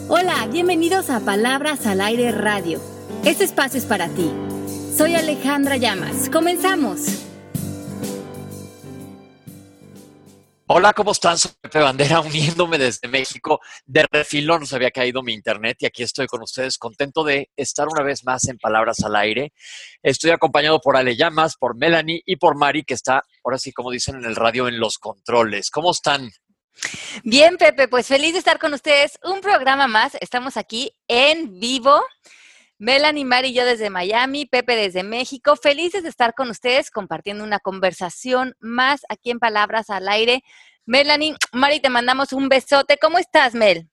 Hola, bienvenidos a Palabras al Aire Radio. Este espacio es para ti. Soy Alejandra Llamas. ¡Comenzamos! Hola, ¿cómo están? Soy Pepe Bandera, uniéndome desde México. De refilón nos había caído mi internet y aquí estoy con ustedes, contento de estar una vez más en Palabras al Aire. Estoy acompañado por Ale Llamas, por Melanie y por Mari, que está, ahora sí, como dicen en el radio, en los controles. ¿Cómo están? Bien, Pepe, pues feliz de estar con ustedes. Un programa más. Estamos aquí en vivo. Melanie, Mari y yo desde Miami, Pepe desde México. Felices de estar con ustedes compartiendo una conversación más aquí en Palabras al Aire. Melanie, Mari, te mandamos un besote. ¿Cómo estás, Mel?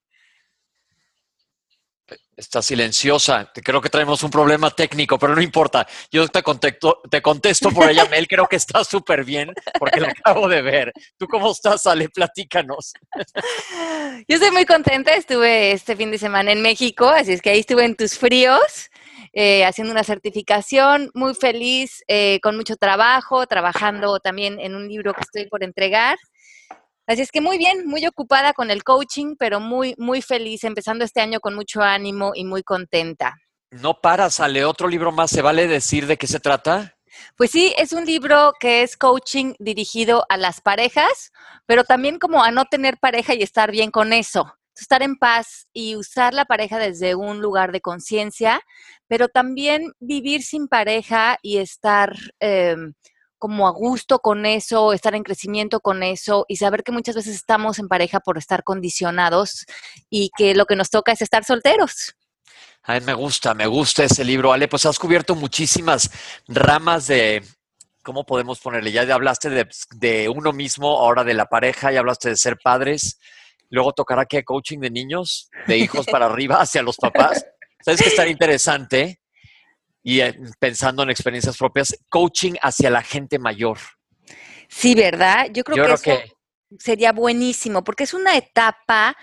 Está silenciosa. Creo que traemos un problema técnico, pero no importa. Yo te contesto por ella, Mel. Creo que está súper bien porque la acabo de ver. ¿Tú cómo estás, Ale? Platícanos. Yo estoy muy contenta. Estuve este fin de semana en México, así es que ahí estuve en tus fríos, haciendo una certificación. Muy feliz, con mucho trabajo, trabajando también en un libro que estoy por entregar. Así es que muy bien, muy ocupada con el coaching, pero muy, muy feliz, empezando este año con mucho ánimo y muy contenta. No paras, Ale. ¿Otro libro más? ¿Se vale decir de qué se trata? Pues sí, es un libro que es coaching dirigido a las parejas, pero también como a no tener pareja y estar bien con eso. Estar en paz y usar la pareja desde un lugar de conciencia, pero también vivir sin pareja y estar como a gusto con eso, estar en crecimiento con eso y saber que muchas veces estamos en pareja por estar condicionados y que lo que nos toca es estar solteros. Ay, me gusta ese libro, Ale. Pues has cubierto muchísimas ramas de, ¿cómo podemos ponerle? Ya hablaste de uno mismo, ahora de la pareja, ya hablaste de ser padres. Luego tocará que coaching de niños, de hijos para arriba, hacia los papás. ¿Sabes qué estaría interesante? Y pensando en experiencias propias, coaching hacia la gente mayor. Sí, ¿verdad? Yo creo que que sería buenísimo porque es una etapa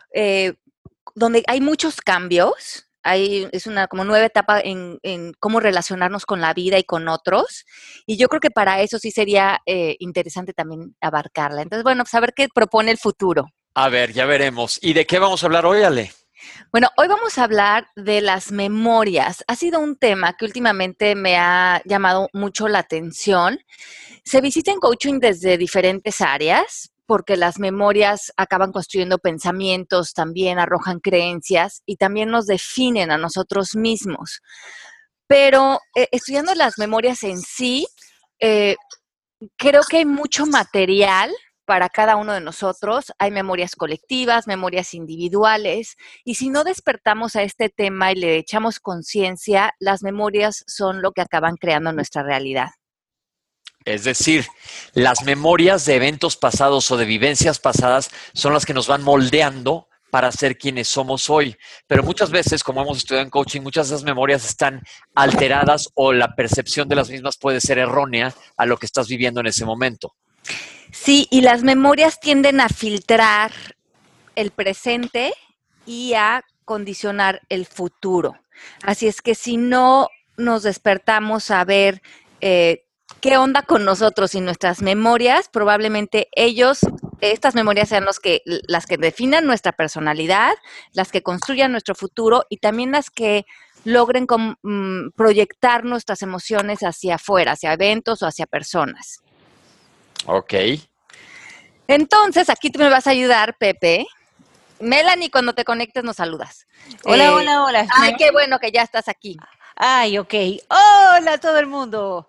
donde hay muchos cambios. Es una como nueva etapa en cómo relacionarnos con la vida y con otros. Y yo creo que para eso sí sería interesante también abarcarla. Entonces, bueno, pues a ver qué propone el futuro. A ver, ya veremos. ¿Y de qué vamos a hablar hoy, Ale? Bueno, hoy vamos a hablar de las memorias. Ha sido un tema que últimamente me ha llamado mucho la atención. Se visita en coaching desde diferentes áreas, porque las memorias acaban construyendo pensamientos, también arrojan creencias y también nos definen a nosotros mismos. Pero estudiando las memorias en sí, eh, creo que hay mucho material para cada uno de nosotros. Hay memorias colectivas, memorias individuales, y si no despertamos a este tema y le echamos conciencia, las memorias son lo que acaban creando nuestra realidad. Es decir, las memorias de eventos pasados o de vivencias pasadas son las que nos van moldeando para ser quienes somos hoy. Pero muchas veces, como hemos estudiado en coaching, muchas de esas memorias están alteradas o la percepción de las mismas puede ser errónea a lo que estás viviendo en ese momento. Sí, y las memorias tienden a filtrar el presente y a condicionar el futuro. Así es que si no nos despertamos a ver qué onda con nosotros y nuestras memorias, probablemente estas memorias sean las que definan nuestra personalidad, las que construyan nuestro futuro y también las que logren proyectar nuestras emociones hacia afuera, hacia eventos o hacia personas. Ok. Entonces, aquí tú me vas a ayudar, Pepe. Melanie, cuando te conectes nos saludas. Hola, hola. Ay, qué bueno que ya estás aquí. Ay, ok. Hola a todo el mundo.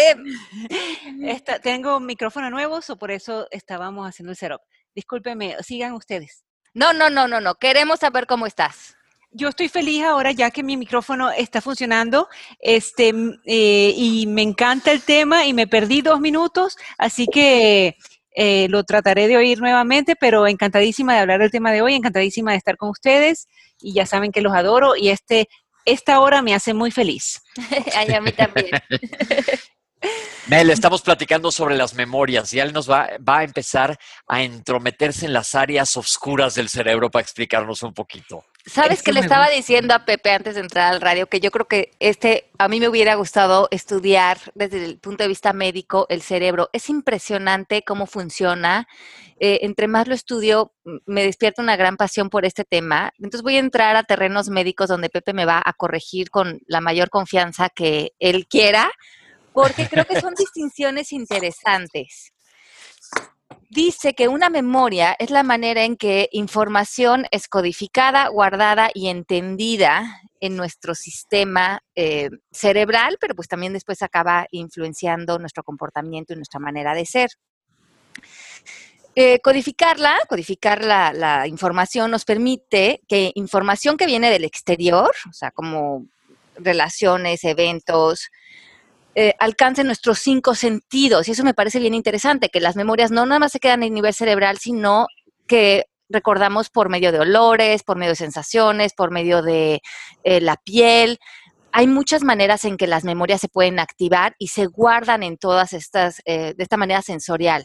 Tengo micrófono nuevos o por eso estábamos haciendo el setup. Discúlpenme, sigan ustedes. No. Queremos saber cómo estás. Yo estoy feliz ahora ya que mi micrófono está funcionando, y me encanta el tema y me perdí 2 minutos, así que lo trataré de oír nuevamente, pero encantadísima de hablar del tema de hoy, encantadísima de estar con ustedes y ya saben que los adoro y esta hora me hace muy feliz. Ay, a mí también. Mel, estamos platicando sobre las memorias y él nos va a empezar a entrometerse en las áreas oscuras del cerebro para explicarnos un poquito. Sabes que Eso le me estaba gusta. diciendo a Pepe antes de entrar al radio que yo creo que a mí me hubiera gustado estudiar desde el punto de vista médico el cerebro. Es impresionante cómo funciona. Entre más lo estudio, me despierta una gran pasión por este tema. Entonces voy a entrar a terrenos médicos donde Pepe me va a corregir con la mayor confianza que él quiera, porque creo que son distinciones interesantes. Dice que una memoria es la manera en que información es codificada, guardada y entendida en nuestro sistema cerebral, pero pues también después acaba influenciando nuestro comportamiento y nuestra manera de ser. Codificar la información nos permite que información que viene del exterior, o sea, como relaciones, eventos, alcance nuestros 5 sentidos. Y eso me parece bien interesante, que las memorias no nada más se quedan en el nivel cerebral, sino que recordamos por medio de olores, por medio de sensaciones, por medio de la piel. Hay muchas maneras en que las memorias se pueden activar y se guardan en todas estas, de esta manera sensorial.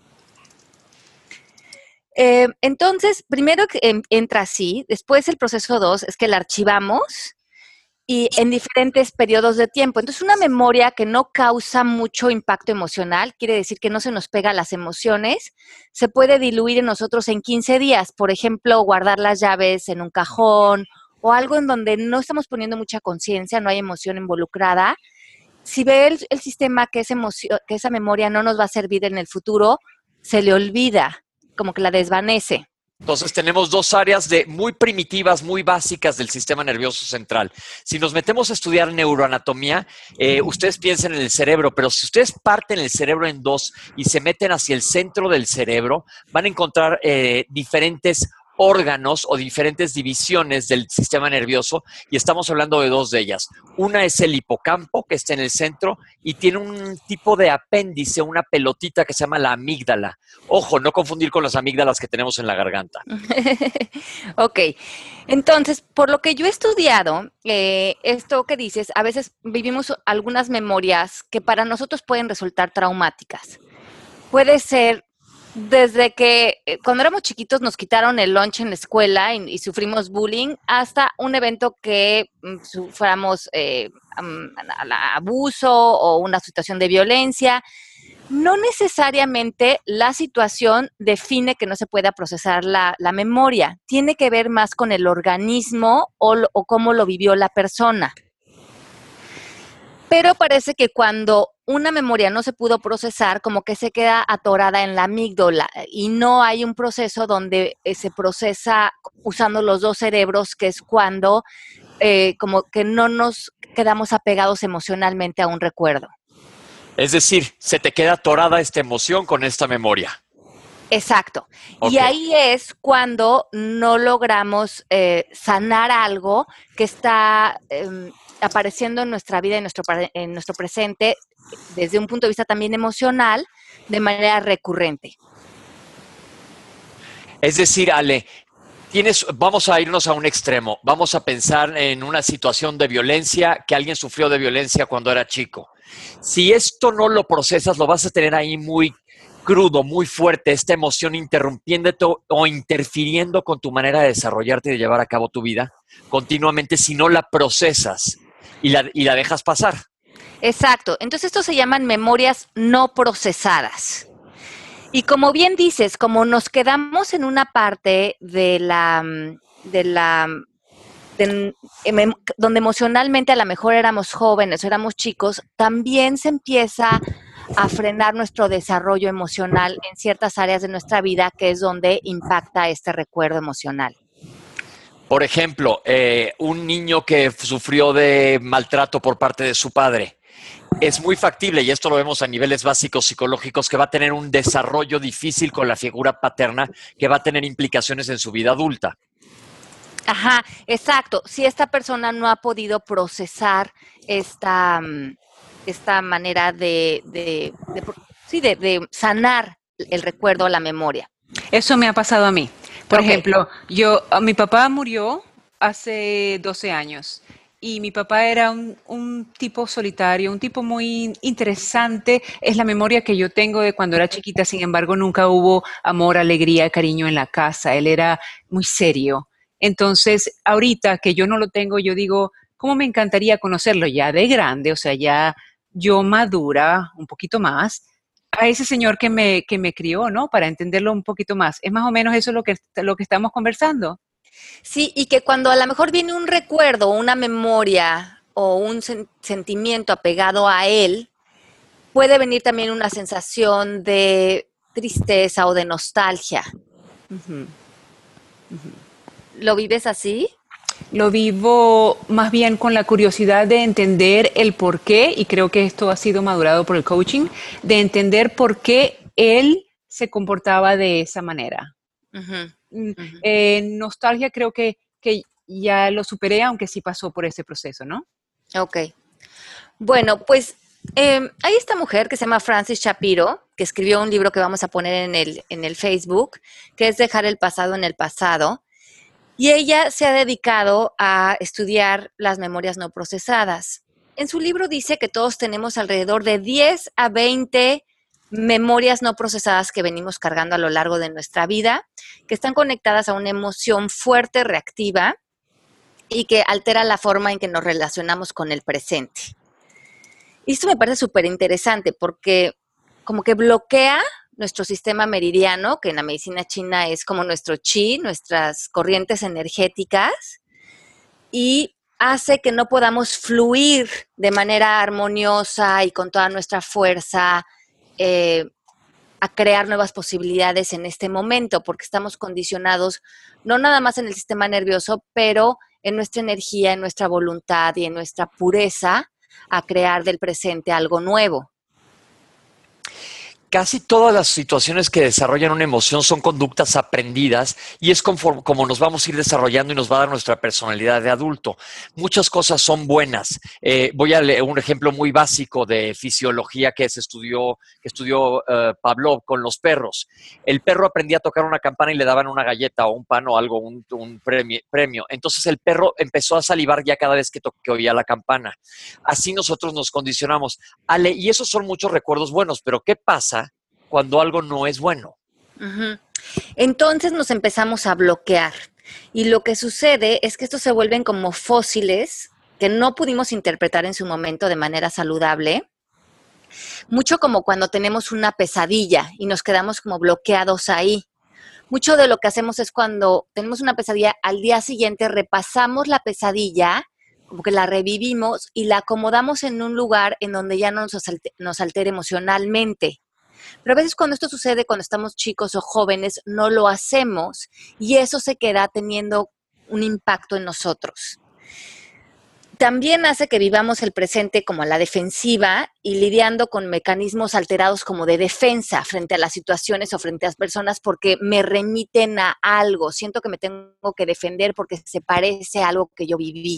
Entonces, primero entra así, después el proceso 2 es que la archivamos y en diferentes periodos de tiempo. Entonces, una memoria que no causa mucho impacto emocional, quiere decir que no se nos pega las emociones, se puede diluir en nosotros en 15 días. Por ejemplo, guardar las llaves en un cajón o algo en donde no estamos poniendo mucha conciencia, no hay emoción involucrada. Si ve el sistema que esa memoria no nos va a servir en el futuro, se le olvida, como que la desvanece. Entonces tenemos 2 áreas muy primitivas, muy básicas del sistema nervioso central. Si nos metemos a estudiar neuroanatomía, ustedes piensan en el cerebro, pero si ustedes parten el cerebro en 2 y se meten hacia el centro del cerebro, van a encontrar diferentes órganos o diferentes divisiones del sistema nervioso, y estamos hablando de 2 de ellas. Una es el hipocampo, que está en el centro y tiene un tipo de apéndice, una pelotita que se llama la amígdala. Ojo, no confundir con las amígdalas que tenemos en la garganta. Ok, entonces, por lo que yo he estudiado, esto que dices, a veces vivimos algunas memorias que para nosotros pueden resultar traumáticas. Puede ser desde que cuando éramos chiquitos nos quitaron el lunch en la escuela y sufrimos bullying, hasta un evento que suframos abuso o una situación de violencia. No necesariamente la situación define que no se pueda procesar la memoria. Tiene que ver más con el organismo o cómo lo vivió la persona. Pero parece que cuando una memoria no se pudo procesar, como que se queda atorada en la amígdala y no hay un proceso donde se procesa usando los 2 cerebros, que es cuando como que no nos quedamos apegados emocionalmente a un recuerdo. Es decir, se te queda atorada esta emoción con esta memoria. Exacto. Okay. Y ahí es cuando no logramos sanar algo que está apareciendo en nuestra vida, en nuestro presente, desde un punto de vista también emocional, de manera recurrente. Es decir, Ale, vamos a irnos a un extremo. Vamos a pensar en una situación de violencia, que alguien sufrió de violencia cuando era chico. Si esto no lo procesas, lo vas a tener ahí muy crudo, muy fuerte, esta emoción interrumpiéndote o interfiriendo con tu manera de desarrollarte y de llevar a cabo tu vida continuamente si no la procesas y la dejas pasar. Exacto. Entonces, esto se llaman memorias no procesadas. Y como bien dices, como nos quedamos en una parte donde emocionalmente a lo mejor éramos jóvenes, éramos chicos, también se empieza a frenar nuestro desarrollo emocional en ciertas áreas de nuestra vida, que es donde impacta este recuerdo emocional. Por ejemplo, un niño que sufrió de maltrato por parte de su padre. Es muy factible, y esto lo vemos a niveles básicos psicológicos, que va a tener un desarrollo difícil con la figura paterna, que va a tener implicaciones en su vida adulta. Ajá, exacto. Si esta persona no ha podido procesar esta manera de sanar el recuerdo, la memoria. Eso me ha pasado a mí. Por ejemplo, mi papá murió hace 12 años. Y mi papá era un tipo solitario, un tipo muy interesante. Es la memoria que yo tengo de cuando era chiquita. Sin embargo, nunca hubo amor, alegría, cariño en la casa. Él era muy serio. Entonces, ahorita que yo no lo tengo, yo digo, ¿cómo me encantaría conocerlo ya de grande? O sea, ya yo madura un poquito más, a ese señor que me crió, ¿no? Para entenderlo un poquito más. Es más o menos eso lo que estamos conversando. Sí, y que cuando a lo mejor viene un recuerdo, una memoria o un sentimiento apegado a él, puede venir también una sensación de tristeza o de nostalgia. Ujú. ¿Lo vives así? Lo vivo más bien con la curiosidad de entender el por qué, y creo que esto ha sido madurado por el coaching, de entender por qué él se comportaba de esa manera. Ujú, Mm, ujú. Nostalgia creo que ya lo superé, aunque sí pasó por ese proceso, ¿no? Ok. Bueno, pues hay esta mujer que se llama Francis Shapiro, que escribió un libro que vamos a poner en el Facebook, que es Dejar el pasado en el pasado. Y ella se ha dedicado a estudiar las memorias no procesadas. En su libro dice que todos tenemos alrededor de 10 a 20 memorias no procesadas que venimos cargando a lo largo de nuestra vida, que están conectadas a una emoción fuerte, reactiva, y que altera la forma en que nos relacionamos con el presente. Y esto me parece súper interesante porque como que bloquea nuestro sistema meridiano, que en la medicina china es como nuestro chi, nuestras corrientes energéticas, y hace que no podamos fluir de manera armoniosa y con toda nuestra fuerza a crear nuevas posibilidades en este momento, porque estamos condicionados no nada más en el sistema nervioso, pero en nuestra energía, en nuestra voluntad y en nuestra pureza a crear del presente algo nuevo. Casi todas las situaciones que desarrollan una emoción son conductas aprendidas y es como nos vamos a ir desarrollando y nos va a dar nuestra personalidad de adulto. Muchas cosas son buenas. Voy a leer un ejemplo muy básico de fisiología que estudió Pavlov con los perros. El perro aprendía a tocar una campana y le daban una galleta o un pan o algo, un premio. Entonces el perro empezó a salivar ya cada vez que oía la campana. Así nosotros nos condicionamos. Ale, y esos son muchos recuerdos buenos, pero ¿qué pasa cuando algo no es bueno? Uh-huh. Entonces nos empezamos a bloquear y lo que sucede es que estos se vuelven como fósiles que no pudimos interpretar en su momento de manera saludable, mucho como cuando tenemos una pesadilla y nos quedamos como bloqueados ahí. Mucho de lo que hacemos es cuando tenemos una pesadilla, al día siguiente repasamos la pesadilla, como que la revivimos y la acomodamos en un lugar en donde ya no nos altere emocionalmente. Pero a veces cuando esto sucede, cuando estamos chicos o jóvenes, no lo hacemos y eso se queda teniendo un impacto en nosotros. También hace que vivamos el presente como a la defensiva y lidiando con mecanismos alterados como de defensa frente a las situaciones o frente a las personas porque me remiten a algo. Siento que me tengo que defender porque se parece a algo que yo viví.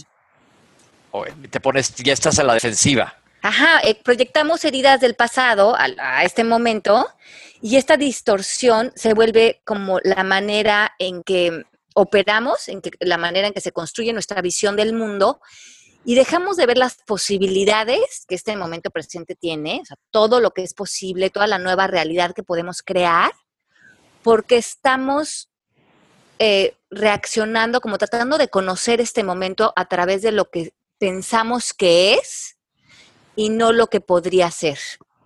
Ya estás a la defensiva. Ajá, proyectamos heridas del pasado a este momento y esta distorsión se vuelve como la manera en que operamos, la manera en que se construye nuestra visión del mundo y dejamos de ver las posibilidades que este momento presente tiene, o sea, todo lo que es posible, toda la nueva realidad que podemos crear, porque estamos reaccionando, como tratando de conocer este momento a través de lo que pensamos que es y no lo que podría ser.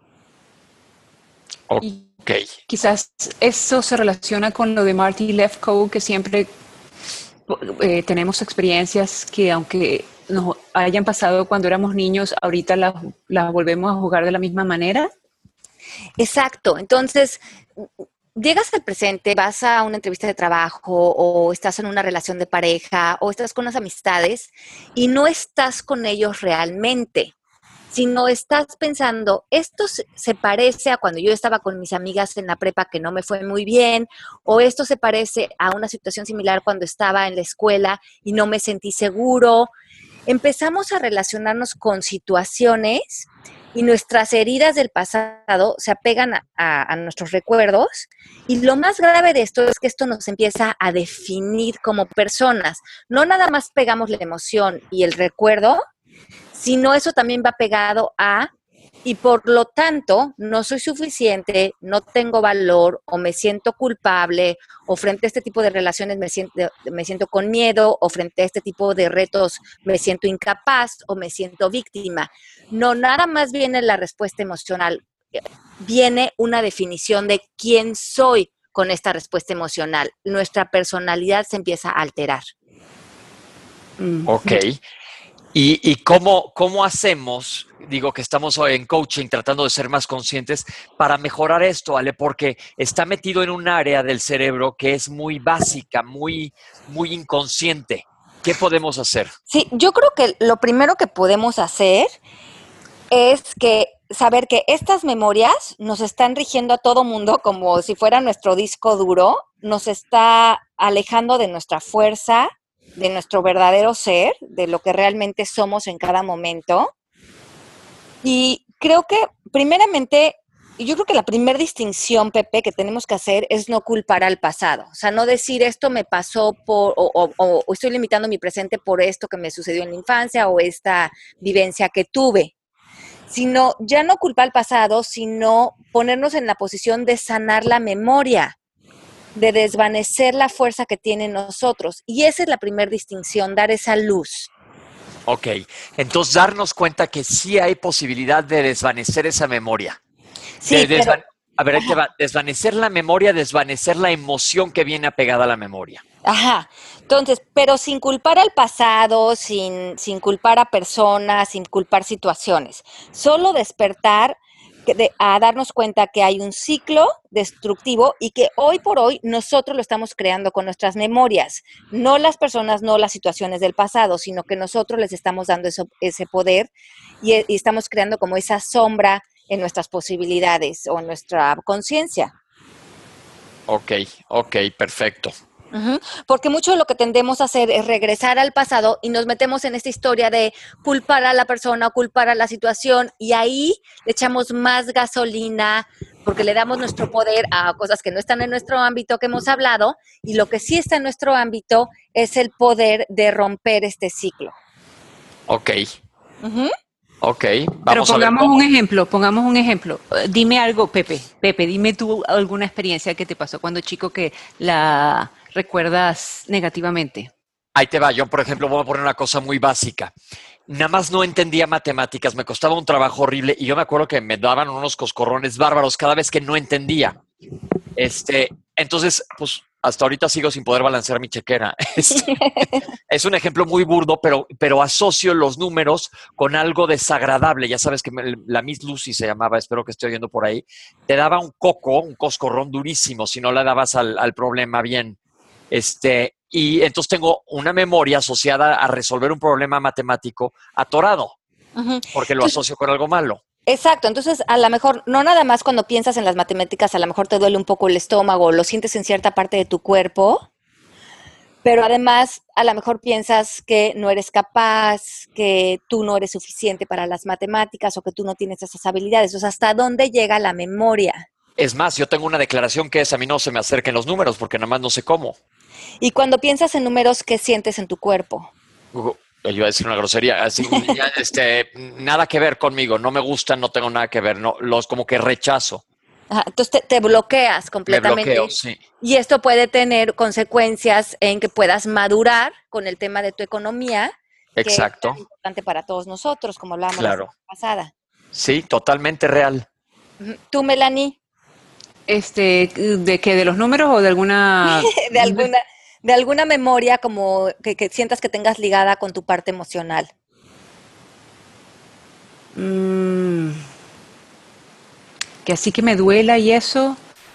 Ok. Quizás eso se relaciona con lo de Marty Lefkow, que siempre tenemos experiencias que aunque nos hayan pasado cuando éramos niños, ahorita las volvemos a jugar de la misma manera. Exacto. Entonces, llegas al presente, vas a una entrevista de trabajo o estás en una relación de pareja o estás con unas amistades y no estás con ellos realmente, sino estás pensando, esto se parece a cuando yo estaba con mis amigas en la prepa que no me fue muy bien, o esto se parece a una situación similar cuando estaba en la escuela y no me sentí seguro. Empezamos a relacionarnos con situaciones y nuestras heridas del pasado se apegan a nuestros recuerdos y lo más grave de esto es que esto nos empieza a definir como personas. No nada más pegamos la emoción y el recuerdo, sino eso también va pegado a y por lo tanto no soy suficiente, no tengo valor o me siento culpable o frente a este tipo de relaciones me siento con miedo o frente a este tipo de retos me siento incapaz o me siento víctima. No, nada más viene la respuesta emocional, viene una definición de quién soy con esta respuesta emocional. Nuestra personalidad se empieza a alterar. Ok. ¿Y cómo hacemos, digo que estamos hoy en coaching tratando de ser más conscientes para mejorar esto, Ale? Porque está metido en un área del cerebro que es muy básica, muy inconsciente. ¿Qué podemos hacer? Sí, yo creo que lo primero que podemos hacer es saber que estas memorias nos están rigiendo a todo mundo como si fuera nuestro disco duro, nos está alejando de nuestra fuerza, de nuestro verdadero ser, de lo que realmente somos en cada momento. Y creo que, primeramente, yo creo que la primera distinción, Pepe, que tenemos que hacer es no culpar al pasado. O sea, no decir esto me pasó o estoy limitando mi presente por esto que me sucedió en la infancia o esta vivencia que tuve. Sino ya no culpar al pasado, sino ponernos en la posición de sanar la memoria, de desvanecer la fuerza que tiene en nosotros. Y esa es la primera distinción, dar esa luz. Ok, entonces darnos cuenta que sí hay posibilidad de desvanecer esa memoria. Sí, A ver, ahí te va. Desvanecer la memoria, desvanecer la emoción que viene apegada a la memoria. Ajá. Entonces, pero sin culpar al pasado, sin culpar a personas, sin culpar situaciones. Solo despertar a darnos cuenta que hay un ciclo destructivo y que hoy por hoy nosotros lo estamos creando con nuestras memorias. No las personas, no las situaciones del pasado, sino que nosotros les estamos dando ese poder y estamos creando como esa sombra en nuestras posibilidades o en nuestra conciencia. Ok, perfecto. Porque mucho de lo que tendemos a hacer es regresar al pasado y nos metemos en esta historia de culpar a la persona o culpar a la situación y ahí le echamos más gasolina porque le damos nuestro poder a cosas que no están en nuestro ámbito que hemos hablado y lo que sí está en nuestro ámbito es el poder de romper este ciclo. Ok. Ok, Pero vamos a ver cómo. pongamos un ejemplo. Dime algo, Pepe. Pepe, dime tú alguna experiencia que te pasó cuando chico que la recuerdas negativamente. Ahí te va. Yo, por ejemplo, voy a poner una cosa muy básica. Nada más no entendía matemáticas, me costaba un trabajo horrible y yo me acuerdo que me daban unos coscorrones bárbaros cada vez que no entendía. Entonces, pues hasta ahorita sigo sin poder balancear mi chequera. Es un ejemplo muy burdo, pero asocio los números con algo desagradable. Ya sabes que la Miss Lucy se llamaba, espero que esté oyendo por ahí, te daba un coscorrón durísimo si no le dabas al problema bien. Y entonces tengo una memoria asociada a resolver un problema matemático atorado, porque lo asocio con algo malo. Exacto, entonces a lo mejor no nada más cuando piensas en las matemáticas, a lo mejor te duele un poco el estómago, lo sientes en cierta parte de tu cuerpo, pero además a lo mejor piensas que no eres capaz, que tú no eres suficiente para las matemáticas o que tú no tienes esas habilidades. O sea, ¿hasta dónde llega la memoria? Es más, yo tengo una declaración que es: a mí no se me acerquen los números porque nada más no sé cómo. Y cuando piensas en números, ¿qué sientes en tu cuerpo? Yo iba a decir una grosería, así, nada que ver conmigo, no me gustan, no tengo nada que ver, no, los como que rechazo. Ajá, entonces te bloqueas completamente. Me bloqueo, sí. Y esto puede tener consecuencias en que puedas madurar con el tema de tu economía. Exacto. Que es importante para todos nosotros, como hablábamos claro. la semana pasada. Sí, totalmente real. ¿Tú, Melanie? ¿De qué? ¿De los números o de alguna...? de alguna memoria como que sientas que tengas ligada con tu parte emocional. Que así que me duela y eso.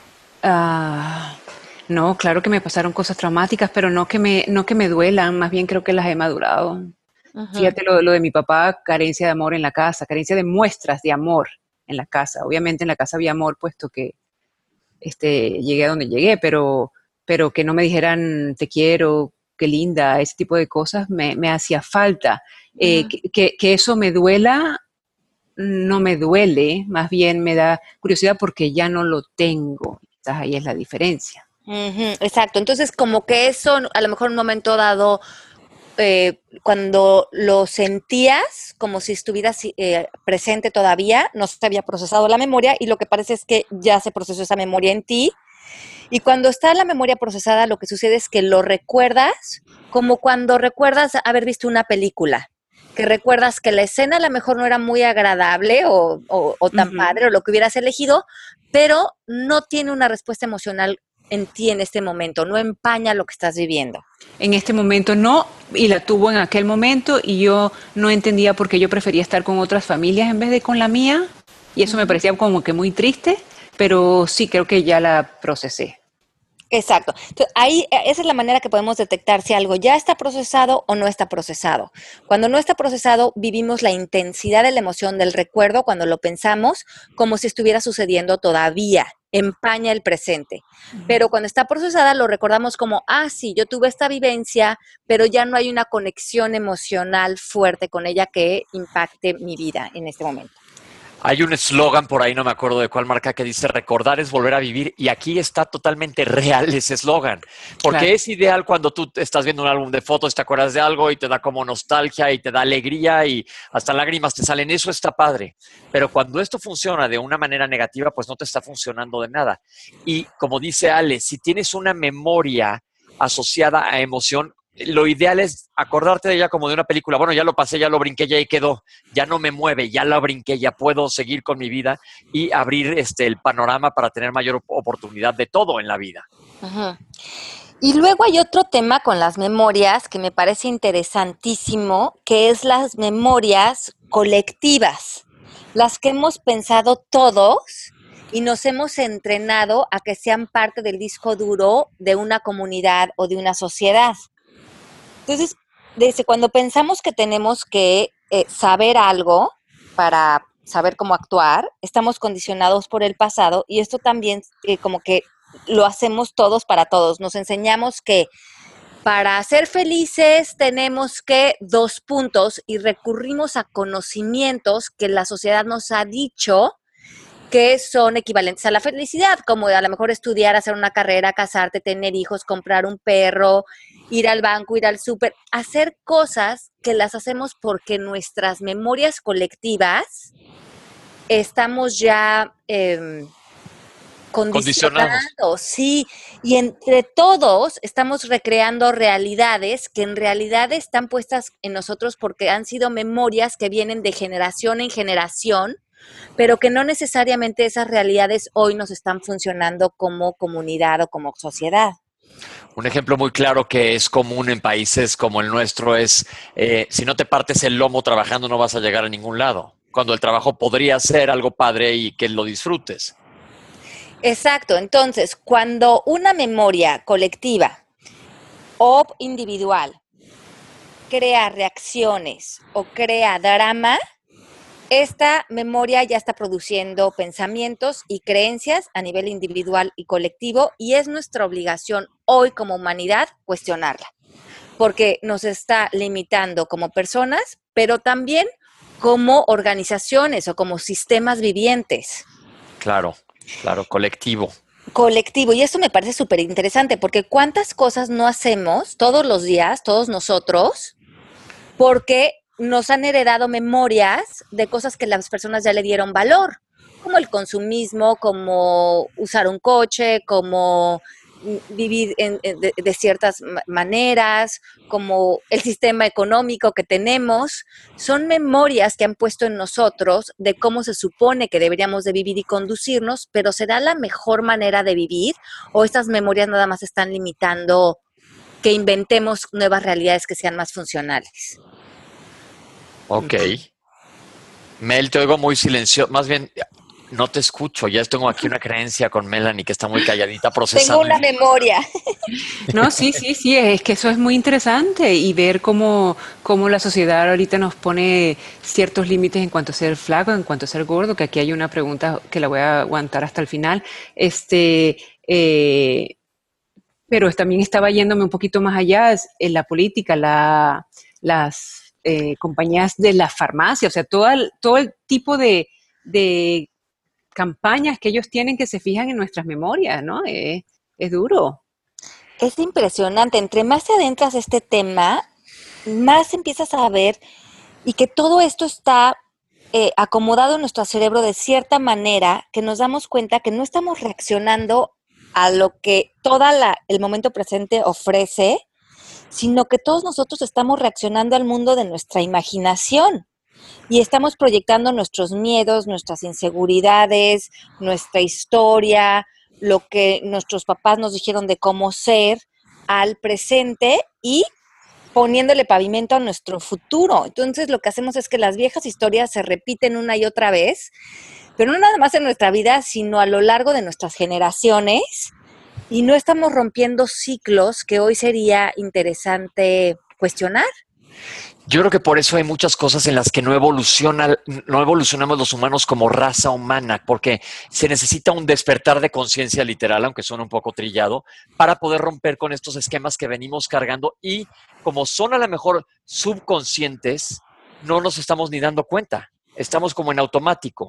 No, claro que me pasaron cosas traumáticas, pero no que me duelan, más bien creo que las he madurado. Fíjate lo de mi papá, carencia de amor en la casa, carencia de muestras de amor en la casa. Obviamente en la casa había amor, puesto que llegué a donde llegué, pero que no me dijeran te quiero, qué linda, ese tipo de cosas me hacía falta. Que eso me duela, no me duele, más bien me da curiosidad porque ya no lo tengo. Quizás ahí es la diferencia. Exacto, entonces como que eso a lo mejor en un momento dado cuando lo sentías como si estuvieras presente todavía, no se había procesado la memoria y lo que parece es que ya se procesó esa memoria en ti. Y cuando está la memoria procesada, lo que sucede es que lo recuerdas como cuando recuerdas haber visto una película, que recuerdas que la escena a lo mejor no era muy agradable o tan padre o lo que hubieras elegido, pero no tiene una respuesta emocional en ti en este momento, no empaña lo que estás viviendo. En este momento no, y la tuvo en aquel momento, y yo no entendía por qué yo prefería estar con otras familias en vez de con la mía, y eso me parecía como que muy triste, pero sí creo que ya la procesé. Exacto. Entonces, ahí esa es la manera que podemos detectar si algo ya está procesado o no está procesado. Cuando no está procesado, vivimos la intensidad de la emoción del recuerdo cuando lo pensamos como si estuviera sucediendo todavía, empaña el presente. Pero cuando está procesada, lo recordamos como, sí, yo tuve esta vivencia, pero ya no hay una conexión emocional fuerte con ella que impacte mi vida en este momento. Hay un eslogan por ahí, no me acuerdo de cuál marca, que dice recordar es volver a vivir, y aquí está totalmente real ese eslogan, porque claro, es ideal cuando tú estás viendo un álbum de fotos, te acuerdas de algo y te da como nostalgia y te da alegría y hasta lágrimas te salen, eso está padre, pero cuando esto funciona de una manera negativa, pues no te está funcionando de nada. Y como dice Ale, si tienes una memoria asociada a emoción, lo ideal es acordarte de ella como de una película. Bueno, ya lo pasé, ya lo brinqué, ya ahí quedó. Ya no me mueve, ya la brinqué, ya puedo seguir con mi vida y abrir el panorama para tener mayor oportunidad de todo en la vida. Ajá. Y luego hay otro tema con las memorias que me parece interesantísimo, que es las memorias colectivas, las que hemos pensado todos y nos hemos entrenado a que sean parte del disco duro de una comunidad o de una sociedad. Entonces, desde cuando pensamos que tenemos que saber algo para saber cómo actuar, estamos condicionados por el pasado y esto también como que lo hacemos todos para todos. Nos enseñamos que para ser felices tenemos que 2 puntos y recurrimos a conocimientos que la sociedad nos ha dicho que son equivalentes a la felicidad, como a lo mejor estudiar, hacer una carrera, casarte, tener hijos, comprar un perro, ir al banco, ir al súper, hacer cosas que las hacemos porque nuestras memorias colectivas estamos ya condicionados, sí, y entre todos estamos recreando realidades que en realidad están puestas en nosotros porque han sido memorias que vienen de generación en generación, pero que no necesariamente esas realidades hoy nos están funcionando como comunidad o como sociedad. Un ejemplo muy claro que es común en países como el nuestro es, si no te partes el lomo trabajando no vas a llegar a ningún lado, cuando el trabajo podría ser algo padre y que lo disfrutes. Exacto, entonces, cuando una memoria colectiva o individual crea reacciones o crea drama, esta memoria ya está produciendo pensamientos y creencias a nivel individual y colectivo y es nuestra obligación hoy como humanidad cuestionarla, porque nos está limitando como personas, pero también como organizaciones o como sistemas vivientes. Claro, colectivo. Colectivo, y eso me parece súper interesante, porque cuántas cosas no hacemos todos los días, todos nosotros, porque nos han heredado memorias de cosas que las personas ya le dieron valor, como el consumismo, como usar un coche, como vivir de ciertas maneras, como el sistema económico que tenemos. Son memorias que han puesto en nosotros de cómo se supone que deberíamos de vivir y conducirnos, pero ¿será la mejor manera de vivir? ¿O estas memorias nada más están limitando que inventemos nuevas realidades que sean más funcionales? Ok. Mel, te oigo muy silencioso. Más bien, no te escucho. Ya tengo aquí una creencia con Melanie que está muy calladita procesando. Tengo una memoria. No, sí, es que eso es muy interesante y ver cómo la sociedad ahorita nos pone ciertos límites en cuanto a ser flaco, en cuanto a ser gordo, que aquí hay una pregunta que la voy a aguantar hasta el final. Pero también estaba yéndome un poquito más allá en la política, las compañías de la farmacia, o sea, todo el tipo de campañas que ellos tienen que se fijan en nuestras memorias, ¿no? Es duro. Es impresionante. Entre más te adentras a este tema, más empiezas a ver y que todo esto está acomodado en nuestro cerebro de cierta manera que nos damos cuenta que no estamos reaccionando a lo que el momento presente ofrece, sino que todos nosotros estamos reaccionando al mundo de nuestra imaginación y estamos proyectando nuestros miedos, nuestras inseguridades, nuestra historia, lo que nuestros papás nos dijeron de cómo ser al presente y poniéndole pavimento a nuestro futuro. Entonces lo que hacemos es que las viejas historias se repiten una y otra vez, pero no nada más en nuestra vida, sino a lo largo de nuestras generaciones, y no estamos rompiendo ciclos que hoy sería interesante cuestionar. Yo creo que por eso hay muchas cosas en las que no evolucionamos los humanos como raza humana, porque se necesita un despertar de conciencia literal, aunque suene un poco trillado, para poder romper con estos esquemas que venimos cargando y como son a lo mejor subconscientes, no nos estamos ni dando cuenta. Estamos como en automático.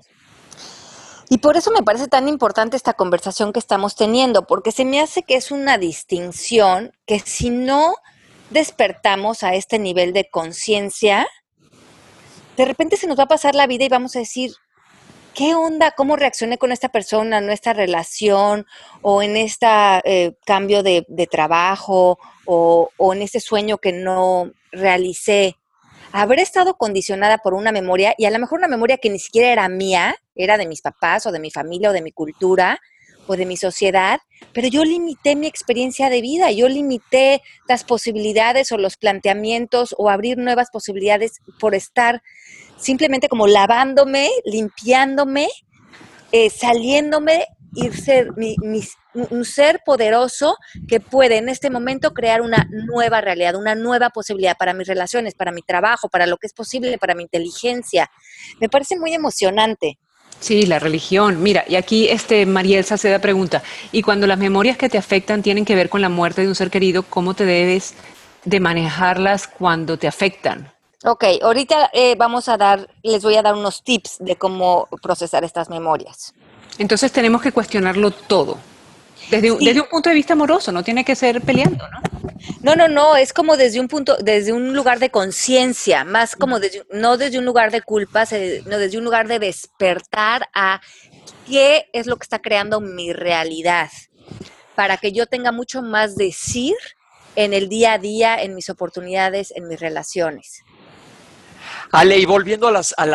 Y por eso me parece tan importante esta conversación que estamos teniendo, porque se me hace que es una distinción que si no despertamos a este nivel de conciencia, de repente se nos va a pasar la vida y vamos a decir, ¿qué onda? ¿Cómo reaccioné con esta persona en esta relación o en este cambio de trabajo o en ese sueño que no realicé? Habré estado condicionada por una memoria y a lo mejor una memoria que ni siquiera era mía, era de mis papás o de mi familia o de mi cultura o de mi sociedad, pero yo limité mi experiencia de vida, yo limité las posibilidades o los planteamientos o abrir nuevas posibilidades por estar simplemente como lavándome, limpiándome, saliéndome y ser un ser poderoso que puede en este momento crear una nueva realidad, una nueva posibilidad para mis relaciones, para mi trabajo, para lo que es posible, para mi inteligencia. Me parece muy emocionante. Sí, la religión. Mira, y aquí Mariel Saceda pregunta, ¿y cuando las memorias que te afectan tienen que ver con la muerte de un ser querido, cómo te debes de manejarlas cuando te afectan? Ok, ahorita les voy a dar unos tips de cómo procesar estas memorias. Entonces tenemos que cuestionarlo todo. Desde un punto de vista amoroso, no tiene que ser peleando, ¿no? No, es como desde un lugar de conciencia, más como no desde un lugar de culpa, no desde un lugar de despertar a qué es lo que está creando mi realidad, para que yo tenga mucho más decir en el día a día, en mis oportunidades, en mis relaciones. Ale, y volviendo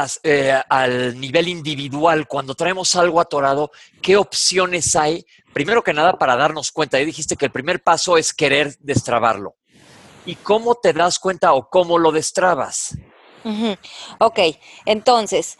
al nivel individual, cuando traemos algo atorado, ¿qué opciones hay? Primero que nada, para darnos cuenta. Ya dijiste que el primer paso es querer destrabarlo. ¿Y cómo te das cuenta o cómo lo destrabas? Uh-huh. Ok, entonces,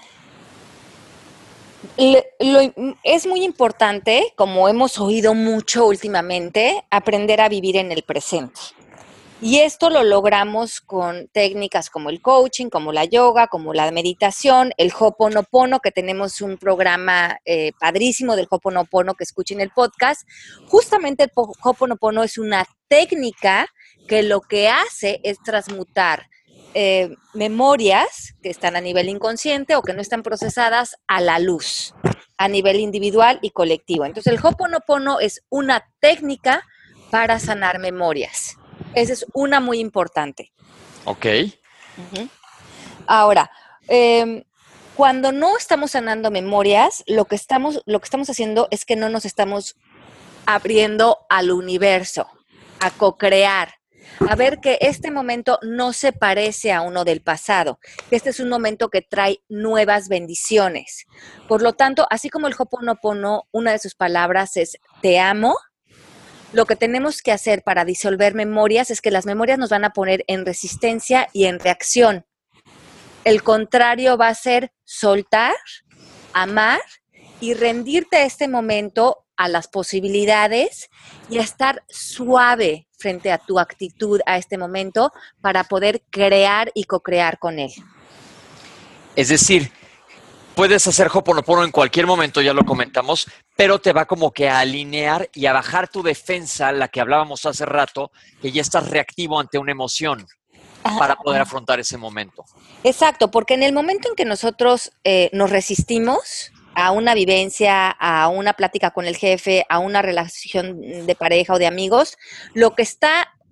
es muy importante, como hemos oído mucho últimamente, aprender a vivir en el presente. Y esto lo logramos con técnicas como el coaching, como la yoga, como la meditación, el Ho'oponopono, que tenemos un programa padrísimo del Ho'oponopono que escuchen el podcast. Justamente el Ho'oponopono es una técnica que lo que hace es transmutar memorias que están a nivel inconsciente o que no están procesadas a la luz, a nivel individual y colectivo. Entonces el Ho'oponopono es una técnica para sanar memorias. Esa es una muy importante. Ok. Uh-huh. Ahora, cuando no estamos sanando memorias, lo que estamos haciendo es que no nos estamos abriendo al universo, a co-crear, a ver que este momento no se parece a uno del pasado, que este es un momento que trae nuevas bendiciones. Por lo tanto, así como el Ho'oponopono, una de sus palabras es te amo. Lo que tenemos que hacer para disolver memorias es que las memorias nos van a poner en resistencia y en reacción. El contrario va a ser soltar, amar y rendirte a este momento, a las posibilidades y a estar suave frente a tu actitud a este momento para poder crear y co-crear con él. Es decir, puedes hacer Ho'oponopono en cualquier momento, ya lo comentamos, pero te va como que a alinear y a bajar tu defensa, la que hablábamos hace rato, que ya estás reactivo ante una emoción para poder afrontar ese momento. Exacto, porque en el momento en que nosotros nos resistimos a una vivencia, a una plática con el jefe, a una relación de pareja o de amigos, lo que está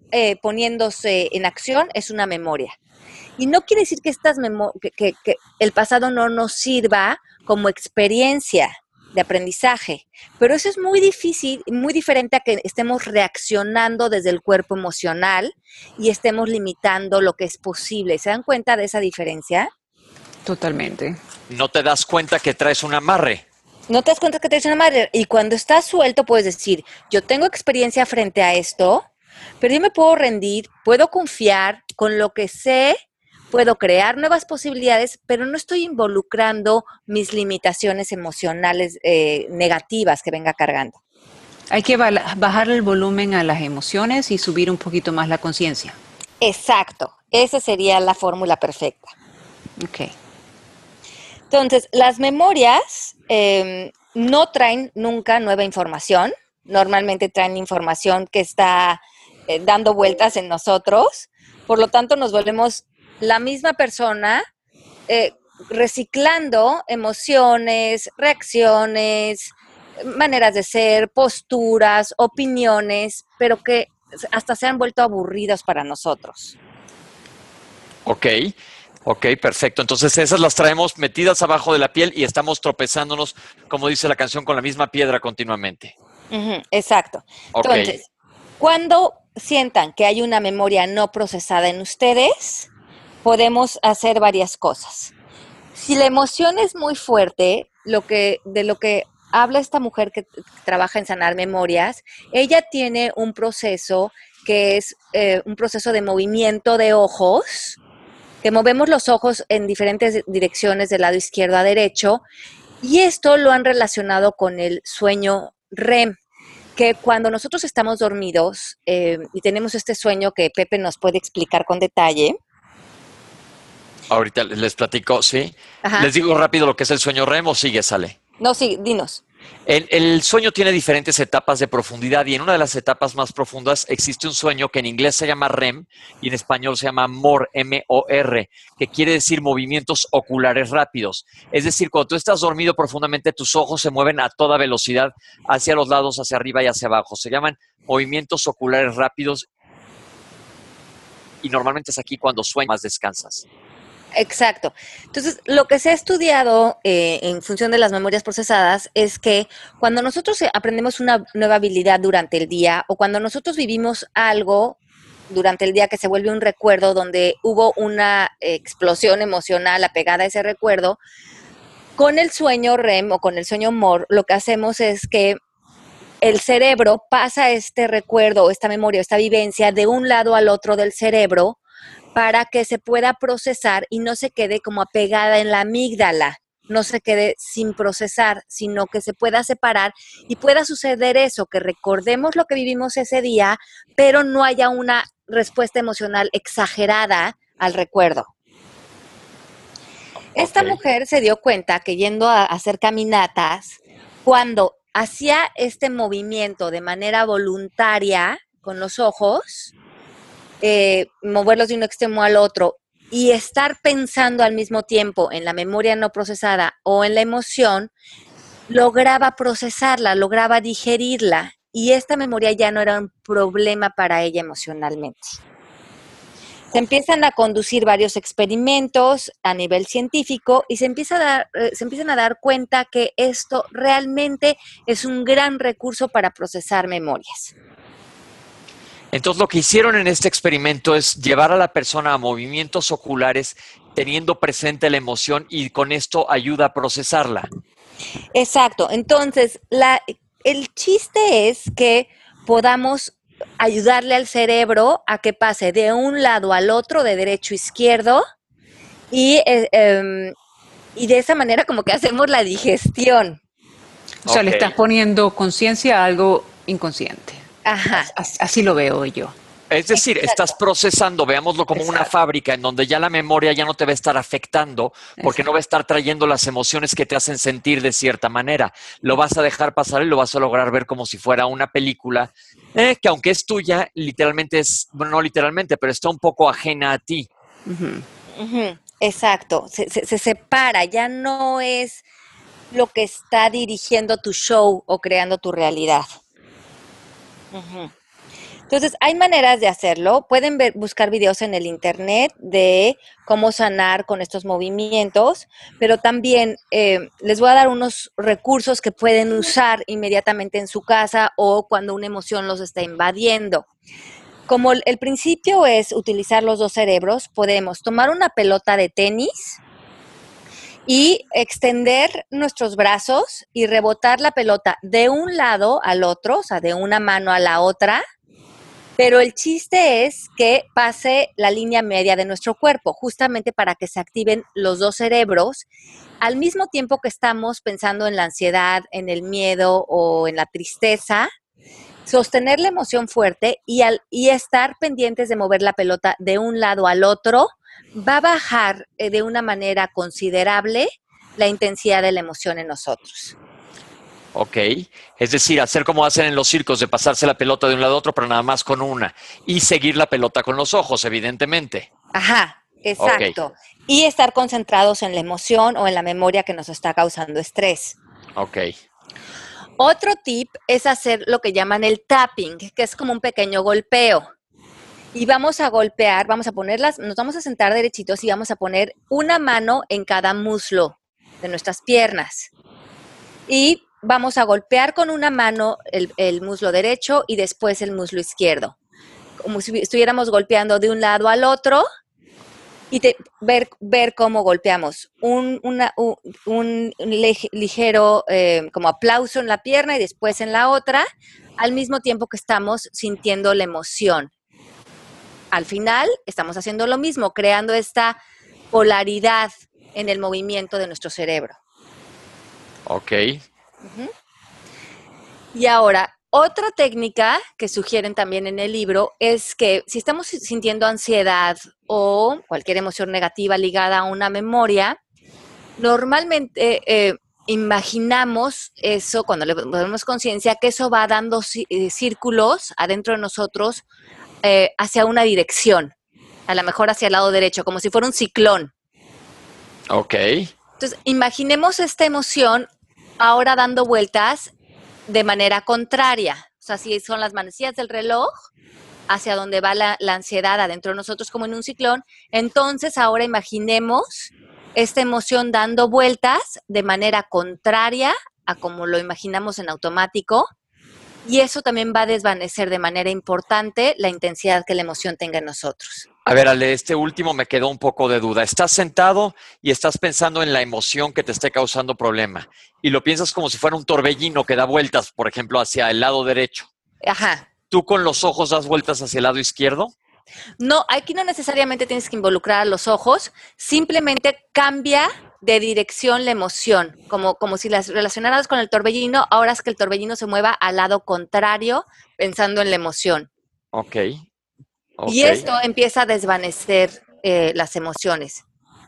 poniéndose en acción es una memoria. Y no quiere decir que que el pasado no nos sirva como experiencia de aprendizaje, pero eso es muy difícil, muy diferente a que estemos reaccionando desde el cuerpo emocional y estemos limitando lo que es posible. ¿Se dan cuenta de esa diferencia? Totalmente. No te das cuenta que traes un amarre. No te das cuenta que te una madre. Y cuando estás suelto puedes decir, yo tengo experiencia frente a esto, pero yo me puedo rendir, puedo confiar con lo que sé, puedo crear nuevas posibilidades, pero no estoy involucrando mis limitaciones emocionales negativas que venga cargando. Hay que bajar el volumen a las emociones y subir un poquito más la conciencia. Exacto. Esa sería la fórmula perfecta. Ok. Entonces, las memorias no traen nunca nueva información. Normalmente traen información que está dando vueltas en nosotros. Por lo tanto, nos volvemos la misma persona reciclando emociones, reacciones, maneras de ser, posturas, opiniones, pero que hasta se han vuelto aburridas para nosotros. Ok, perfecto. Entonces esas las traemos metidas abajo de la piel y estamos tropezándonos, como dice la canción, con la misma piedra continuamente. Exacto. Okay. Entonces, cuando sientan que hay una memoria no procesada en ustedes, podemos hacer varias cosas. Si la emoción es muy fuerte, de lo que habla esta mujer que trabaja en sanar memorias, ella tiene un proceso que es un proceso de movimiento de ojos, que movemos los ojos en diferentes direcciones del lado izquierdo a derecho, y esto lo han relacionado con el sueño REM, que cuando nosotros estamos dormidos y tenemos este sueño que Pepe nos puede explicar con detalle. Ahorita les platico, ¿sí? Ajá. Les digo rápido lo que es el sueño REM o sigue, sale. No, sí, dinos. El sueño tiene diferentes etapas de profundidad y en una de las etapas más profundas existe un sueño que en inglés se llama REM y en español se llama MOR, M-O-R, que quiere decir movimientos oculares rápidos. Es decir, cuando tú estás dormido profundamente, tus ojos se mueven a toda velocidad hacia los lados, hacia arriba y hacia abajo. Se llaman movimientos oculares rápidos y normalmente es aquí cuando sueñas más descansas. Exacto. Entonces, lo que se ha estudiado en función de las memorias procesadas es que cuando nosotros aprendemos una nueva habilidad durante el día o cuando nosotros vivimos algo durante el día que se vuelve un recuerdo donde hubo una explosión emocional apegada a ese recuerdo, con el sueño REM o con el sueño MOR, lo que hacemos es que el cerebro pasa este recuerdo, esta memoria, esta vivencia de un lado al otro del cerebro para que se pueda procesar y no se quede como apegada en la amígdala, no se quede sin procesar, sino que se pueda separar y pueda suceder eso, que recordemos lo que vivimos ese día, pero no haya una respuesta emocional exagerada al recuerdo. Okay. Esta mujer se dio cuenta que yendo a hacer caminatas, cuando hacía este movimiento de manera voluntaria con los ojos, moverlos de un extremo al otro y estar pensando al mismo tiempo en la memoria no procesada o en la emoción, lograba procesarla, lograba digerirla y esta memoria ya no era un problema para ella emocionalmente. Se empiezan a conducir varios experimentos a nivel científico y se empiezan a dar cuenta que esto realmente es un gran recurso para procesar memorias. Entonces, lo que hicieron en este experimento es llevar a la persona a movimientos oculares teniendo presente la emoción y con esto ayuda a procesarla. Exacto. Entonces, el chiste es que podamos ayudarle al cerebro a que pase de un lado al otro, de derecho a izquierdo, y de esa manera como que hacemos la digestión. O sea, le estás poniendo conciencia a algo inconsciente. Ajá. Así lo veo yo. Es decir, estás procesando, veámoslo como una fábrica en donde ya la memoria ya no te va a estar afectando porque no va a estar trayendo las emociones que te hacen sentir de cierta manera. Lo vas a dejar pasar y lo vas a lograr ver como si fuera una película que aunque es tuya, literalmente es, bueno, no literalmente, pero está un poco ajena a ti. Exacto, se separa, ya no es lo que está dirigiendo tu show o creando tu realidad. Entonces, hay maneras de hacerlo. Pueden buscar videos en el internet de cómo sanar con estos movimientos, pero también les voy a dar unos recursos que pueden usar inmediatamente en su casa o cuando una emoción los está invadiendo. Como el principio es utilizar los dos cerebros, podemos tomar una pelota de tenis y extender nuestros brazos y rebotar la pelota de un lado al otro, o sea, de una mano a la otra. Pero el chiste es que pase la línea media de nuestro cuerpo, justamente para que se activen los dos cerebros al mismo tiempo que estamos pensando en la ansiedad, en el miedo o en la tristeza. Sostener la emoción fuerte y estar pendientes de mover la pelota de un lado al otro va a bajar de una manera considerable la intensidad de la emoción en nosotros. Ok, es decir, hacer como hacen en los circos, de pasarse la pelota de un lado a otro, pero nada más con una. Y seguir la pelota con los ojos, evidentemente. Ajá, exacto. Ok. Y estar concentrados en la emoción o en la memoria que nos está causando estrés. Ok. Otro tip es hacer lo que llaman el tapping, que es como un pequeño golpeo. Y vamos a golpear, nos vamos a sentar derechitos y vamos a poner una mano en cada muslo de nuestras piernas. Y vamos a golpear con una mano el muslo derecho y después el muslo izquierdo. Como si estuviéramos golpeando de un lado al otro y ver cómo golpeamos. Un ligero como aplauso en la pierna y después en la otra, al mismo tiempo que estamos sintiendo la emoción. Al final, estamos haciendo lo mismo, creando esta polaridad en el movimiento de nuestro cerebro. Ok. Uh-huh. Y ahora, otra técnica que sugieren también en el libro es que si estamos sintiendo ansiedad o cualquier emoción negativa ligada a una memoria, normalmente imaginamos eso, cuando le ponemos conciencia, que eso va dando círculos adentro de nosotros hacia una dirección, a lo mejor hacia el lado derecho, como si fuera un ciclón. Ok. Entonces, imaginemos esta emoción ahora dando vueltas de manera contraria. O sea, si son las manecillas del reloj hacia donde va la ansiedad adentro de nosotros como en un ciclón, entonces ahora imaginemos esta emoción dando vueltas de manera contraria a como lo imaginamos en automático, y eso también va a desvanecer de manera importante la intensidad que la emoción tenga en nosotros. A ver, Ale, este último me quedó un poco de duda. Estás sentado y estás pensando en la emoción que te esté causando problema y lo piensas como si fuera un torbellino que da vueltas, por ejemplo, hacia el lado derecho. Ajá. ¿Tú con los ojos das vueltas hacia el lado izquierdo? No, aquí no necesariamente tienes que involucrar a los ojos, simplemente cambia de dirección la emoción, como si las relacionaras con el torbellino, ahora es que el torbellino se mueva al lado contrario, pensando en la emoción. Ok. Y esto empieza a desvanecer las emociones.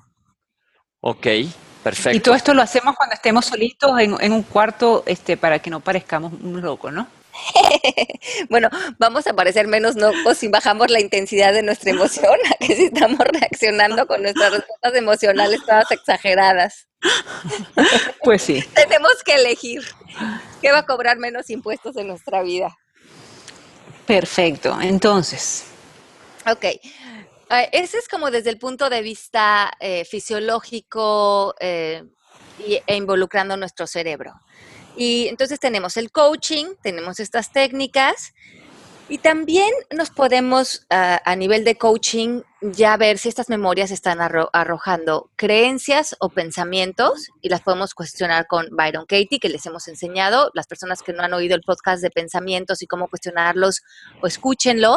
Ok, perfecto. Y todo esto lo hacemos cuando estemos solitos en un cuarto, para que no parezcamos un loco, ¿no? Bueno, vamos a parecer menos locos si bajamos la intensidad de nuestra emoción, a que si estamos reaccionando con nuestras respuestas emocionales todas exageradas. Pues sí. Tenemos que elegir qué va a cobrar menos impuestos en nuestra vida. Perfecto. Entonces. Ok. Ese es como desde el punto de vista fisiológico e involucrando nuestro cerebro. Y entonces tenemos el coaching, tenemos estas técnicas y también nos podemos a nivel de coaching ya ver si estas memorias están arrojando creencias o pensamientos y las podemos cuestionar con Byron Katie, que les hemos enseñado. Las personas que no han oído el podcast de pensamientos y cómo cuestionarlos, o escúchenlo.